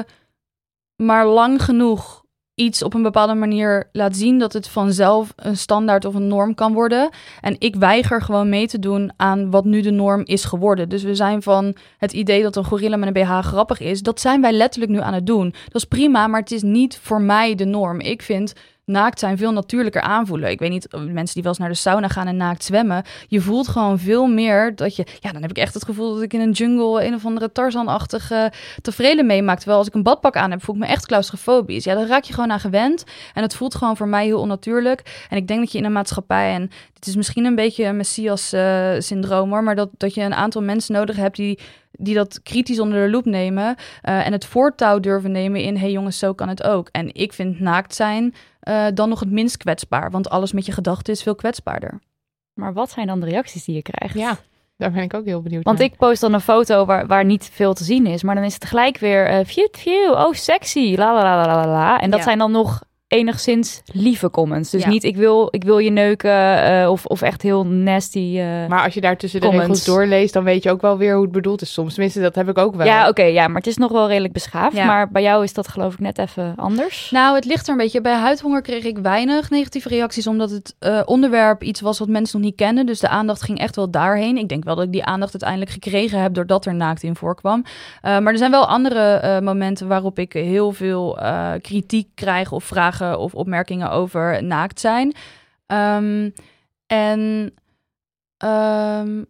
H: maar lang genoeg iets op een bepaalde manier laat zien, dat het vanzelf een standaard of een norm kan worden. En ik weiger gewoon mee te doen aan wat nu de norm is geworden. Dus we zijn van het idee dat een gorilla met een BH grappig is, dat zijn wij letterlijk nu aan het doen. Dat is prima, maar het is niet voor mij de norm. Ik vind naakt zijn veel natuurlijker aanvoelen. Ik weet niet, mensen die wel eens naar de sauna gaan en naakt zwemmen, je voelt gewoon veel meer dat je, dan heb ik echt het gevoel dat ik in een jungle een of andere Tarzan-achtige taferelen meemaak. Terwijl als ik een badpak aan heb, voel ik me echt claustrofobisch. Ja, daar raak je gewoon aan gewend en het voelt gewoon voor mij heel onnatuurlijk. En ik denk dat je in een maatschappij, en dit is misschien een beetje een Messias-syndroom hoor, maar dat je een aantal mensen nodig hebt die dat kritisch onder de loep nemen en het voortouw durven nemen in hey jongens, zo kan het ook. En ik vind naakt zijn dan nog het minst kwetsbaar, want alles met je gedachten is veel kwetsbaarder.
G: Maar wat zijn dan de reacties die je krijgt?
F: Ja, daar ben ik ook heel benieuwd
G: Want
F: naar.
G: Ik post dan een foto waar niet veel te zien is, maar dan is het gelijk weer phew, oh sexy, la la la la la. En dat zijn dan nog enigszins lieve comments. Dus niet ik wil je neuken of echt heel nasty
F: Maar als je daar tussen de regels doorleest, dan weet je ook wel weer hoe het bedoeld is soms. Tenminste, dat heb ik ook wel.
G: Ja, oké, maar het is nog wel redelijk beschaafd. Ja. Maar bij jou is dat geloof ik net even anders.
H: Nou, het ligt er een beetje. Bij huidhonger kreeg ik weinig negatieve reacties, omdat het onderwerp iets was wat mensen nog niet kenden. Dus de aandacht ging echt wel daarheen. Ik denk wel dat ik die aandacht uiteindelijk gekregen heb doordat er naakt in voorkwam. Maar er zijn wel andere momenten waarop ik heel veel kritiek krijg of vragen of opmerkingen over naakt zijn.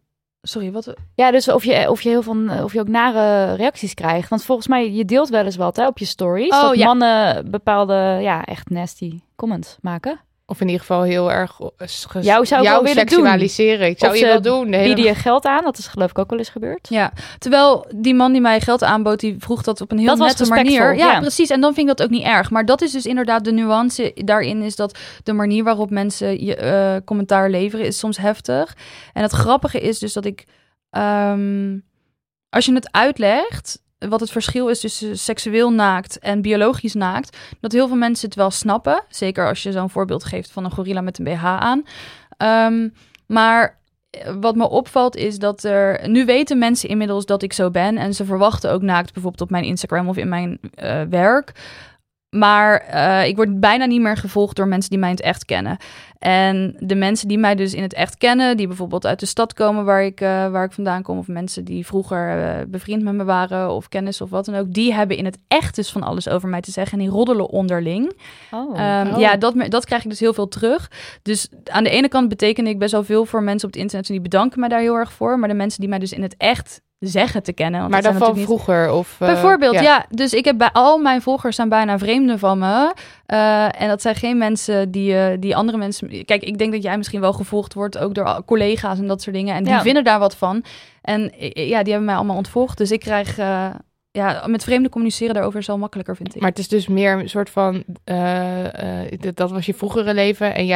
H: Sorry, wat?
G: Ja, dus of je ook nare reacties krijgt. Want volgens mij, je deelt wel eens wat op je stories.
H: Oh,
G: dat
H: ja.
G: mannen bepaalde, echt nasty comments maken.
F: Of in ieder geval heel erg
G: Jou zou ik wel willen
F: seksualiseren. Ik zou
G: Of
F: je
G: ze
F: wel doen.
G: bieden je geld aan. Dat is geloof ik ook wel eens gebeurd.
H: Ja, terwijl die man die mij geld aanbood, die vroeg dat op een heel
G: Dat was
H: nette manier.
G: respectvol,
H: Ja, precies. En dan vind ik dat ook niet erg. Maar dat is dus inderdaad de nuance daarin, is dat de manier waarop mensen je commentaar leveren is soms heftig. En het grappige is dus dat ik, als je het uitlegt, wat het verschil is tussen seksueel naakt en biologisch naakt, dat heel veel mensen het wel snappen. Zeker als je zo'n voorbeeld geeft van een gorilla met een BH aan. Maar wat me opvalt is dat nu weten mensen inmiddels dat ik zo ben. En ze verwachten ook naakt bijvoorbeeld op mijn Instagram of in mijn werk. Maar ik word bijna niet meer gevolgd door mensen die mij in het echt kennen. En de mensen die mij dus in het echt kennen, die bijvoorbeeld uit de stad komen waar ik vandaan kom, of mensen die vroeger bevriend met me waren, of kennis of wat dan ook, die hebben in het echt dus van alles over mij te zeggen en die roddelen onderling. Ja, dat krijg ik dus heel veel terug. Dus aan de ene kant betekende ik best wel veel voor mensen op het internet en die bedanken mij daar heel erg voor. Maar de mensen die mij dus in het echt zeggen te kennen. Want
F: maar dan van vroeger? Of,
H: bijvoorbeeld, ja. Dus ik heb bij al mijn volgers zijn bijna vreemden van me. En dat zijn geen mensen die andere mensen... Kijk, ik denk dat jij misschien wel gevolgd wordt, ook door collega's en dat soort dingen. En die vinden daar wat van. En die hebben mij allemaal ontvolgd. Dus ik krijg... met vreemden communiceren daarover is wel makkelijker, vind ik.
F: Maar het is dus meer een soort van... dat was je vroegere leven. En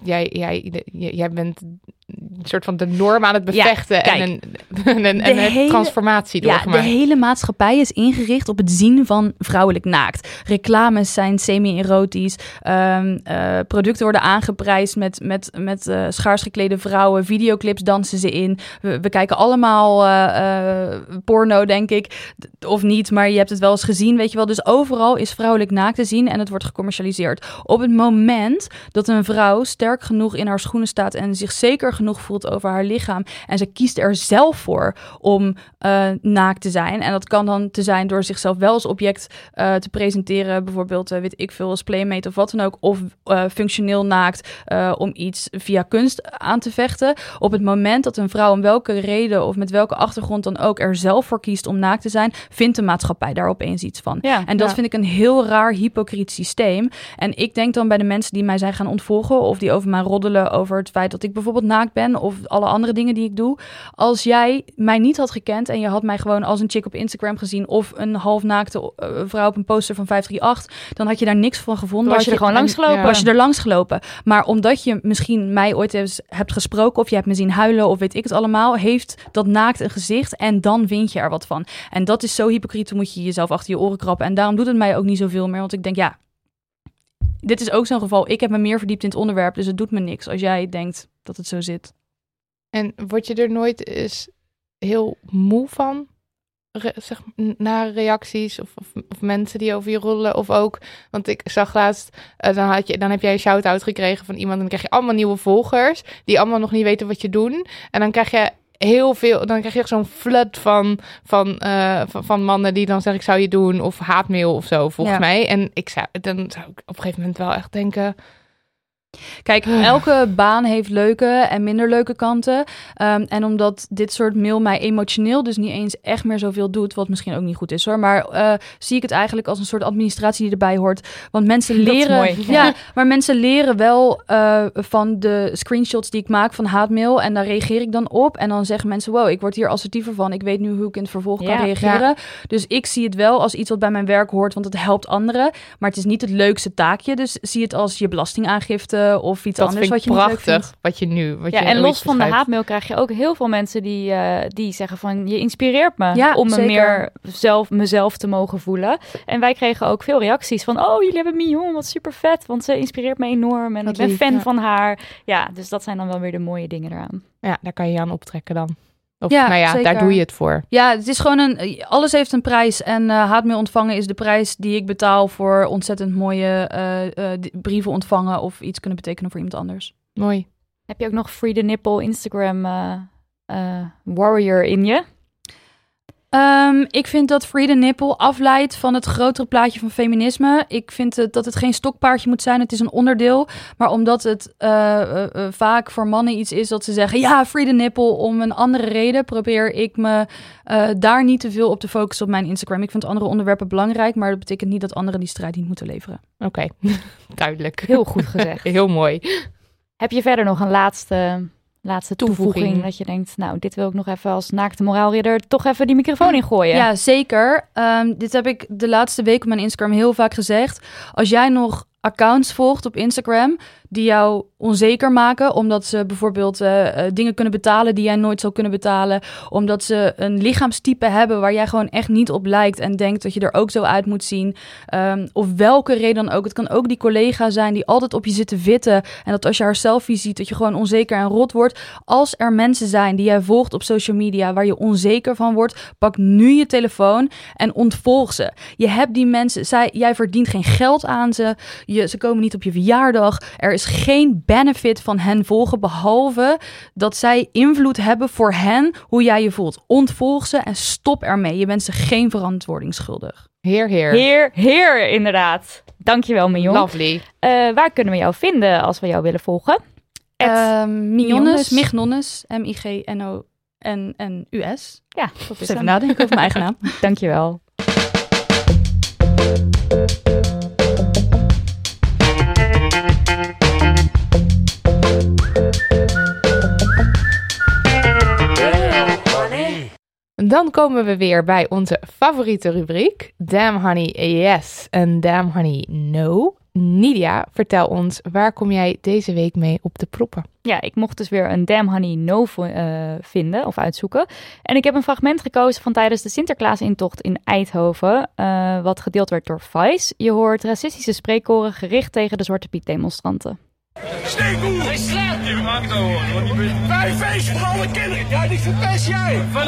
F: jij bent een soort van de norm aan het bevechten. Ja, en een transformatie doorgemaakt.
H: De hele maatschappij is ingericht op het zien van vrouwelijk naakt. Reclames zijn semi-erotisch. Producten worden aangeprijsd met schaars geklede vrouwen. Videoclips dansen ze in. We kijken allemaal porno, denk ik. Of niet, maar je hebt het wel eens gezien, weet je wel. Dus overal is vrouwelijk naakt te zien en het wordt gecommercialiseerd. Op het moment dat een vrouw sterk genoeg in haar schoenen staat en zich zeker genoeg voelt over haar lichaam en ze kiest er zelf voor om naakt te zijn. En dat kan dan te zijn door zichzelf wel als object te presenteren, bijvoorbeeld, weet ik veel, als playmate of wat dan ook, of functioneel naakt om iets via kunst aan te vechten. Op het moment dat een vrouw om welke reden of met welke achtergrond dan ook er zelf voor kiest om naakt te zijn, vindt de maatschappij daar opeens iets van. Ja, en dat vind ik een heel raar hypocriet systeem. En ik denk dan bij de mensen die mij zijn gaan ontvolgen of die over mij roddelen over het feit dat ik bijvoorbeeld naakt ben of alle andere dingen die ik doe. Als jij mij niet had gekend en je had mij gewoon als een chick op Instagram gezien of een halfnaakte vrouw op een poster van 538, dan had je daar niks van gevonden.
G: Was je er gewoon langsgelopen?
H: Was je er langsgelopen. Maar omdat je misschien mij ooit hebt gesproken of je hebt me zien huilen of weet ik het allemaal, heeft dat naakt een gezicht en dan vind je er wat van. En dat is zo hypocriet, dan moet je jezelf achter je oren krappen. En daarom doet het mij ook niet zoveel meer, want ik denk, dit is ook zo'n geval. Ik heb me meer verdiept in het onderwerp, dus het doet me niks als jij denkt dat het zo zit.
F: En word je er nooit eens heel moe van? Nare reacties of mensen die over je roddelen of ook, want ik zag laatst, dan heb jij een shout-out gekregen van iemand en dan krijg je allemaal nieuwe volgers die allemaal nog niet weten wat je doen en dan krijg je heel veel, dan krijg je echt zo'n flood van mannen die dan zeggen ik zou je doen of haatmail of zo volgens mij en dan zou ik op een gegeven moment wel echt denken.
H: Kijk, elke baan heeft leuke en minder leuke kanten. En omdat dit soort mail mij emotioneel dus niet eens echt meer zoveel doet, wat misschien ook niet goed is hoor, maar zie ik het eigenlijk als een soort administratie die erbij hoort. Want mensen leren,
G: dat is mooi.
H: Maar mensen leren wel van de screenshots die ik maak van haatmail en daar reageer ik dan op. En dan zeggen mensen, wow, ik word hier assertiever van. Ik weet nu hoe ik in het vervolg kan reageren. Ja. Dus ik zie het wel als iets wat bij mijn werk hoort, want het helpt anderen. Maar het is niet het leukste taakje. Dus zie het als je belastingaangifte of iets anders wat je
F: prachtig,
H: niet leuk vindt.
F: wat je nu
G: en los van de haatmail krijg je ook heel veel mensen die zeggen van je inspireert me om me meer mezelf te mogen voelen. En wij kregen ook veel reacties van jullie hebben Mignon, wat super vet, want ze inspireert me enorm en ik ben fan van haar. Ja, dus dat zijn dan wel weer de mooie dingen eraan.
F: Ja, daar kan je aan optrekken dan. Of daar doe je het voor.
H: Ja, het is gewoon alles heeft een prijs. En haatmail ontvangen is de prijs die ik betaal voor ontzettend mooie brieven ontvangen of iets kunnen betekenen voor iemand anders.
F: Mooi.
G: Heb je ook nog Free the Nipple Instagram warrior in je?
H: Ik vind dat Free the Nipple afleidt van het grotere plaatje van feminisme. Ik vind dat het geen stokpaardje moet zijn. Het is een onderdeel. Maar omdat het vaak voor mannen iets is dat ze zeggen... ja, Free the Nipple om een andere reden... probeer ik me daar niet te veel op te focussen op mijn Instagram. Ik vind andere onderwerpen belangrijk... maar dat betekent niet dat anderen die strijd niet moeten leveren.
D: Oké, duidelijk.
G: Heel goed gezegd.
D: Heel mooi.
G: Heb je verder nog een laatste toevoeging dat je denkt, nou, dit wil ik nog even als naakte moraalridder toch even die microfoon ingooien?
H: Ja, zeker. Dit heb ik de laatste week op mijn Instagram heel vaak gezegd. Als jij nog accounts volgt op Instagram die jou onzeker maken, omdat ze bijvoorbeeld dingen kunnen betalen die jij nooit zou kunnen betalen, omdat ze een lichaamstype hebben waar jij gewoon echt niet op lijkt en denkt dat je er ook zo uit moet zien, of welke reden dan ook. Het kan ook die collega zijn die altijd op je zit te witten en dat als je haar selfie ziet, dat je gewoon onzeker en rot wordt. Als er mensen zijn die jij volgt op social media waar je onzeker van wordt, pak nu je telefoon en ontvolg ze. Je hebt die mensen, jij verdient geen geld aan ze, ze komen niet op je verjaardag, er is geen benefit van hen volgen, behalve dat zij invloed hebben voor hen, hoe jij je voelt. Ontvolg ze en stop ermee. Je bent ze geen verantwoording schuldig.
G: Heer, inderdaad. Dankjewel, Mion.
D: Lovely.
G: Waar kunnen we jou vinden als we jou willen volgen?
H: Mignones, Mignones.
G: Ja, dat is
H: even nadenken over mijn eigen naam.
G: Dankjewel.
D: Dan komen we weer bij onze favoriete rubriek. Damn honey, yes en damn honey, no. Nidia, vertel ons, waar kom jij deze week mee op de proppen?
G: Ja, ik mocht dus weer een damn honey, no vinden of uitzoeken. En ik heb een fragment gekozen van tijdens de Sinterklaasintocht in Eindhoven, wat gedeeld werd door Vice. Je hoort racistische spreekkoren gericht tegen de Zwarte Piet demonstranten.
K: Steekboer! Hij slaat! Je maakt het hoor. Wij feest voor alle kinderen! Ja, die verpest jij! Van de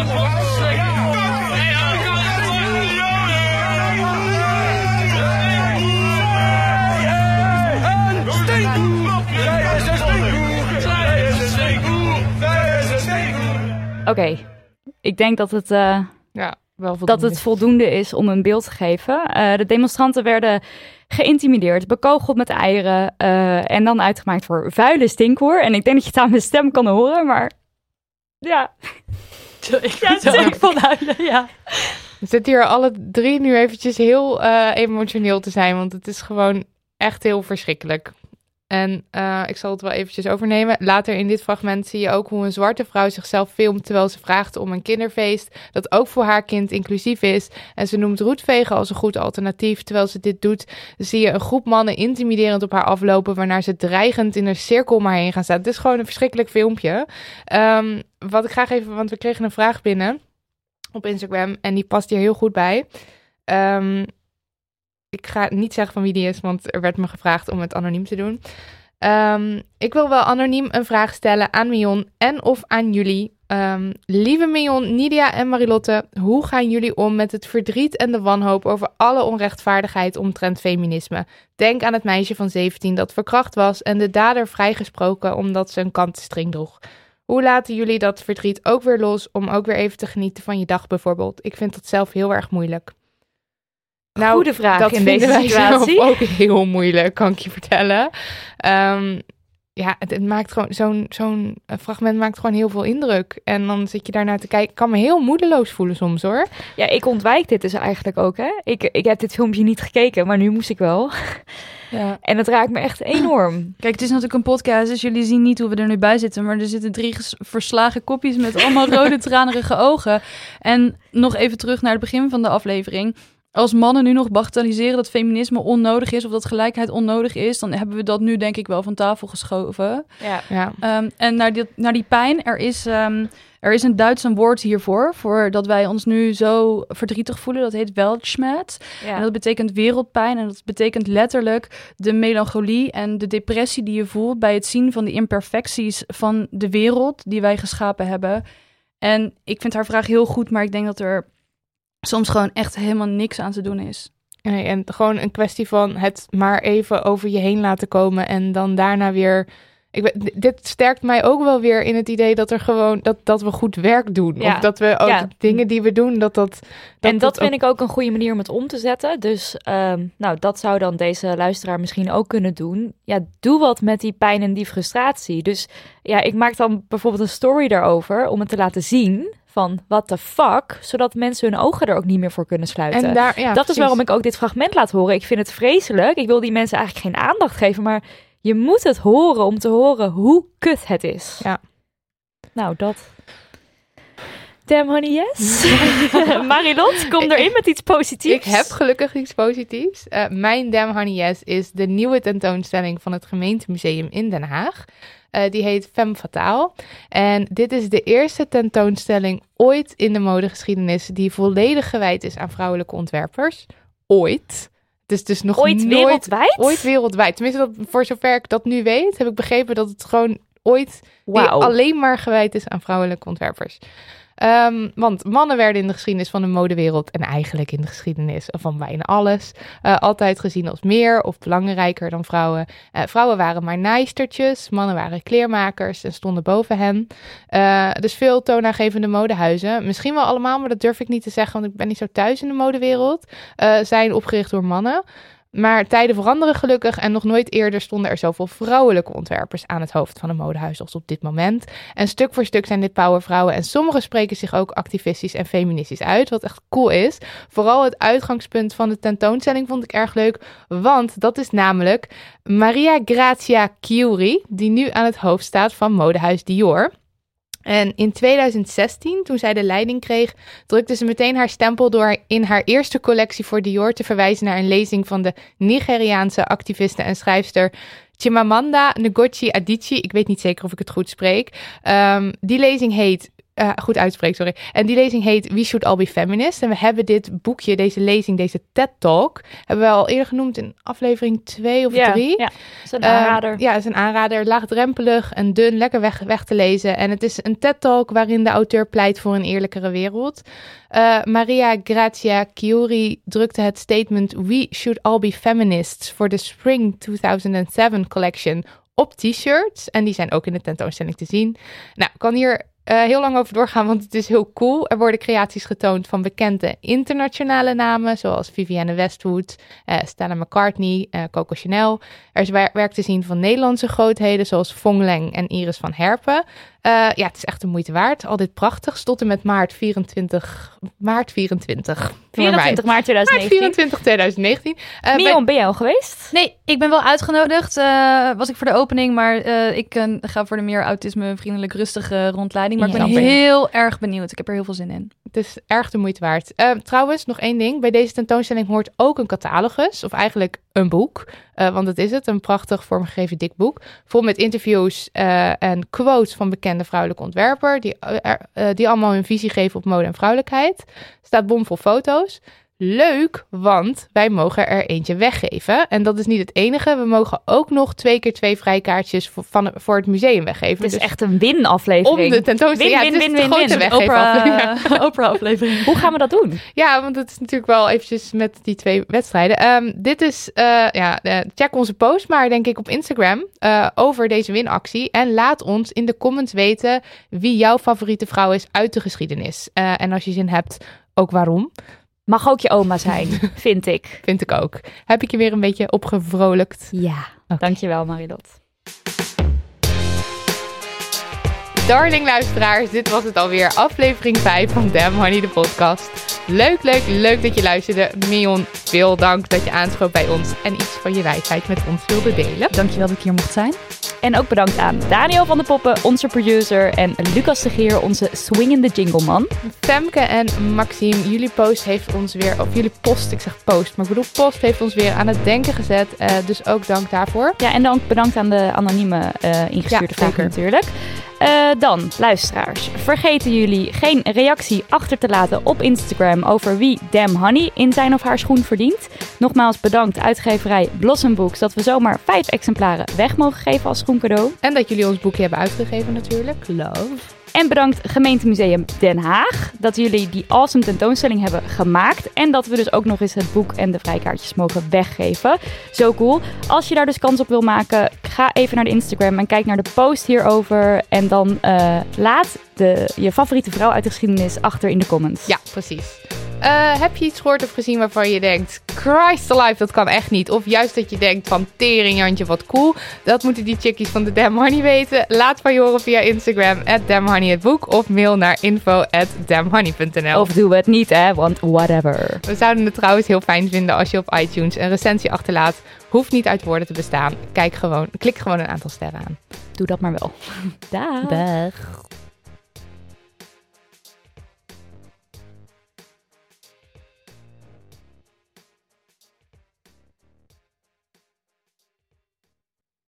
G: Oké, ik denk dat het... dat het voldoende is om een beeld te geven. De demonstranten werden geïntimideerd, bekogeld met eieren en dan uitgemaakt voor vuile stinkhoer. En ik denk dat je het aan mijn stem kan horen, maar ja.
H: Ik vond huilen, ja.
D: We zitten hier alle drie nu eventjes heel emotioneel te zijn, want het is gewoon echt heel verschrikkelijk. En ik zal het wel eventjes overnemen. Later in dit fragment zie je ook hoe een zwarte vrouw zichzelf filmt terwijl ze vraagt om een kinderfeest dat ook voor haar kind inclusief is. En ze noemt roetvegen als een goed alternatief. Terwijl ze dit doet, zie je een groep mannen intimiderend op haar aflopen, waarna ze dreigend in een cirkel om haar heen gaan staan. Het is gewoon een verschrikkelijk filmpje. Wat ik graag even, want we kregen een vraag binnen op Instagram en die past hier heel goed bij. Ik ga niet zeggen van wie die is, want er werd me gevraagd om het anoniem te doen. Ik wil wel anoniem een vraag stellen aan Mion en of aan jullie. Lieve Mion, Nidia en Marilotte, hoe gaan jullie om met het verdriet en de wanhoop over alle onrechtvaardigheid omtrent feminisme? Denk aan het meisje van 17 dat verkracht was en de dader vrijgesproken omdat ze een kantenstring droeg. Hoe laten jullie dat verdriet ook weer los om ook weer even te genieten van je dag bijvoorbeeld? Ik vind dat zelf heel erg moeilijk. Nou,
G: goede vraag
D: dat
G: in deze situatie.
D: Ook heel moeilijk, kan ik je vertellen. Het maakt gewoon zo'n fragment maakt gewoon heel veel indruk. En dan zit je daarnaar te kijken. Ik kan me heel moedeloos voelen soms, hoor.
G: Ja, ik ontwijk dit dus eigenlijk ook, hè. Ik heb dit filmpje niet gekeken, maar nu moest ik wel. Ja. En dat raakt me echt enorm.
H: Kijk, het is natuurlijk een podcast, dus jullie zien niet hoe we er nu bij zitten. Maar er zitten 3 verslagen kopjes met allemaal rode, tranige ogen. En nog even terug naar het begin van de aflevering. Als mannen nu nog bagatelliseren dat feminisme onnodig is of dat gelijkheid onnodig is, dan hebben we dat nu denk ik wel van tafel geschoven.
G: Ja.
H: En naar die pijn, er is een Duits woord hiervoor, voor dat wij ons nu zo verdrietig voelen. Dat heet Weltschmerz. Ja. En dat betekent wereldpijn en dat betekent letterlijk de melancholie en de depressie die je voelt bij het zien van de imperfecties van de wereld die wij geschapen hebben. En ik vind haar vraag heel goed, maar ik denk dat er soms gewoon echt helemaal niks aan te doen is.
D: Nee, en gewoon een kwestie van het maar even over je heen laten komen en dan daarna weer
F: dit sterkt mij ook wel weer in het idee dat er gewoon dat we goed werk doen. Ja. Of dat we ook dingen die we doen, dat
G: vind ik ook een goede manier om het om te zetten. Dus dat zou dan deze luisteraar misschien ook kunnen doen. Ja, doe wat met die pijn en die frustratie. Dus ja, ik maak dan bijvoorbeeld een story daarover om het te laten zien van what the fuck, zodat mensen hun ogen er ook niet meer voor kunnen sluiten. En dat is waarom ik ook dit fragment laat horen. Ik vind het vreselijk. Ik wil die mensen eigenlijk geen aandacht geven, maar je moet het horen om te horen hoe kut het is.
F: Ja.
G: Nou, dat. Damn honey, yes. Marilot, kom erin met iets positiefs.
F: Ik heb gelukkig iets positiefs. Mijn Damn honey, yes is de nieuwe tentoonstelling van het Gemeentemuseum in Den Haag. Die heet Femme Fatale. En dit is de eerste tentoonstelling ooit in de modegeschiedenis die volledig gewijd is aan vrouwelijke ontwerpers. Ooit. Het is dus nog
G: ooit
F: nooit
G: wereldwijd?
F: Ooit wereldwijd. Tenminste, voor zover ik dat nu weet, heb ik begrepen dat het gewoon ooit alleen maar gewijd is aan vrouwelijke ontwerpers. Want mannen werden in de geschiedenis van de modewereld en eigenlijk in de geschiedenis van bijna alles altijd gezien als meer of belangrijker dan vrouwen. Vrouwen waren maar naaistertjes, mannen waren kleermakers en stonden boven hen. Dus veel toonaangevende modehuizen, misschien wel allemaal, maar dat durf ik niet te zeggen, want ik ben niet zo thuis in de modewereld, zijn opgericht door mannen. Maar tijden veranderen gelukkig en nog nooit eerder stonden er zoveel vrouwelijke ontwerpers aan het hoofd van een modehuis als op dit moment. En stuk voor stuk zijn dit powervrouwen en sommigen spreken zich ook activistisch en feministisch uit, wat echt cool is. Vooral het uitgangspunt van de tentoonstelling vond ik erg leuk, want dat is namelijk Maria Grazia Chiuri, die nu aan het hoofd staat van modehuis Dior. En in 2016, toen zij de leiding kreeg, drukte ze meteen haar stempel door in haar eerste collectie voor Dior te verwijzen naar een lezing van de Nigeriaanse activiste en schrijfster Chimamanda Ngozi Adichie. Ik weet niet zeker of ik het goed spreek. Die lezing heet... goed uitspreek, sorry. En die lezing heet We Should All Be Feminist. En we hebben dit boekje, deze lezing, deze TED-talk, hebben we al eerder genoemd in aflevering 2 of 3.
G: Ja, is een aanrader.
F: Ja, is een aanrader. Laagdrempelig en dun, lekker weg te lezen. En het is een TED-talk waarin de auteur pleit voor een eerlijkere wereld. Maria Grazia Chiuri drukte het statement We Should All Be Feminists voor de Spring 2007 collection op t-shirts. En die zijn ook in de tentoonstelling te zien. Nou, ik kan hier heel lang over doorgaan, want het is heel cool. Er worden creaties getoond van bekende internationale namen, zoals Vivienne Westwood, Stella McCartney, Coco Chanel. Er is werk te zien van Nederlandse grootheden, zoals Fong Leng en Iris van Herpen. Het is echt de moeite waard. Al dit prachtigs tot en met maart 24.
G: 24 maart 2019. Mion, ben jij al geweest?
H: Nee, ik ben wel uitgenodigd. Was ik voor de opening, maar ik ga voor de meer autisme-vriendelijk rustige rondleiding. Maar ik ben heel erg benieuwd. Ik heb er heel veel zin in.
F: Het is erg de moeite waard. Trouwens, nog één ding. Bij deze tentoonstelling hoort ook een catalogus, of eigenlijk een boek. Want het is het, een prachtig vormgegeven dik boek. Vol met interviews en quotes van bekende vrouwelijke ontwerper. Die allemaal hun visie geven op mode en vrouwelijkheid. Er staat bomvol foto's. Leuk, want wij mogen er eentje weggeven. En dat is niet het enige. We mogen ook nog 2 keer 2 vrijkaartjes voor het museum weggeven.
G: Het is echt een win-aflevering.
F: Om de tentoonstelling. Het is de grote weggeven.
H: Oprah-aflevering.
G: Hoe gaan we dat doen?
F: Ja, want het is natuurlijk wel eventjes met die 2 wedstrijden. Dit is, check onze post maar denk ik op Instagram over deze winactie. En laat ons in de comments weten wie jouw favoriete vrouw is uit de geschiedenis. En als je zin hebt, ook waarom.
G: Mag ook je oma zijn, vind ik.
F: Vind ik ook. Heb ik je weer een beetje opgevrolijkt?
G: Ja, dankjewel Marilot.
F: Darling luisteraars, dit was het alweer. Aflevering 5 van Damn Honey, de podcast. Leuk dat je luisterde. Mion, veel dank dat je aanschoot bij ons en iets van je wijsheid met ons wilde delen.
H: Dankjewel dat ik hier mocht zijn.
G: En ook bedankt aan Daniel van de Poppen, onze producer, en Lucas de Geer, onze swingende jingleman.
F: Femke en Maxime, jullie post heeft ons weer aan het denken gezet. Dus ook dank daarvoor.
G: Ja, en dan bedankt aan de anonieme ingestuurde vragen natuurlijk. Dan, luisteraars, vergeten jullie geen reactie achter te laten op Instagram over wie Damn Honey in zijn of haar schoen verdient. Nogmaals bedankt uitgeverij Blossom Books dat we zomaar 5 exemplaren weg mogen geven als schoencadeau.
F: En dat jullie ons boekje hebben uitgegeven natuurlijk. Love.
G: En bedankt Gemeentemuseum Den Haag dat jullie die awesome tentoonstelling hebben gemaakt. En dat we dus ook nog eens het boek en de vrijkaartjes mogen weggeven. Zo cool. Als je daar dus kans op wil maken, ga even naar de Instagram en kijk naar de post hierover. En dan laat je favoriete vrouw uit de geschiedenis achter in de comments.
F: Ja, precies. Heb je iets gehoord of gezien waarvan je denkt, Christ alive, dat kan echt niet. Of juist dat je denkt van tering Jantje, wat cool. Dat moeten die chickies van de Damn Honey weten. Laat van je horen via Instagram @damnhoney het boek. Of mail naar info@damnhoney.nl.
G: Of doe het niet, hè, want whatever.
F: We zouden het trouwens heel fijn vinden als je op iTunes een recensie achterlaat. Hoeft niet uit woorden te bestaan. Klik gewoon een aantal sterren aan.
G: Doe dat maar wel. Dag.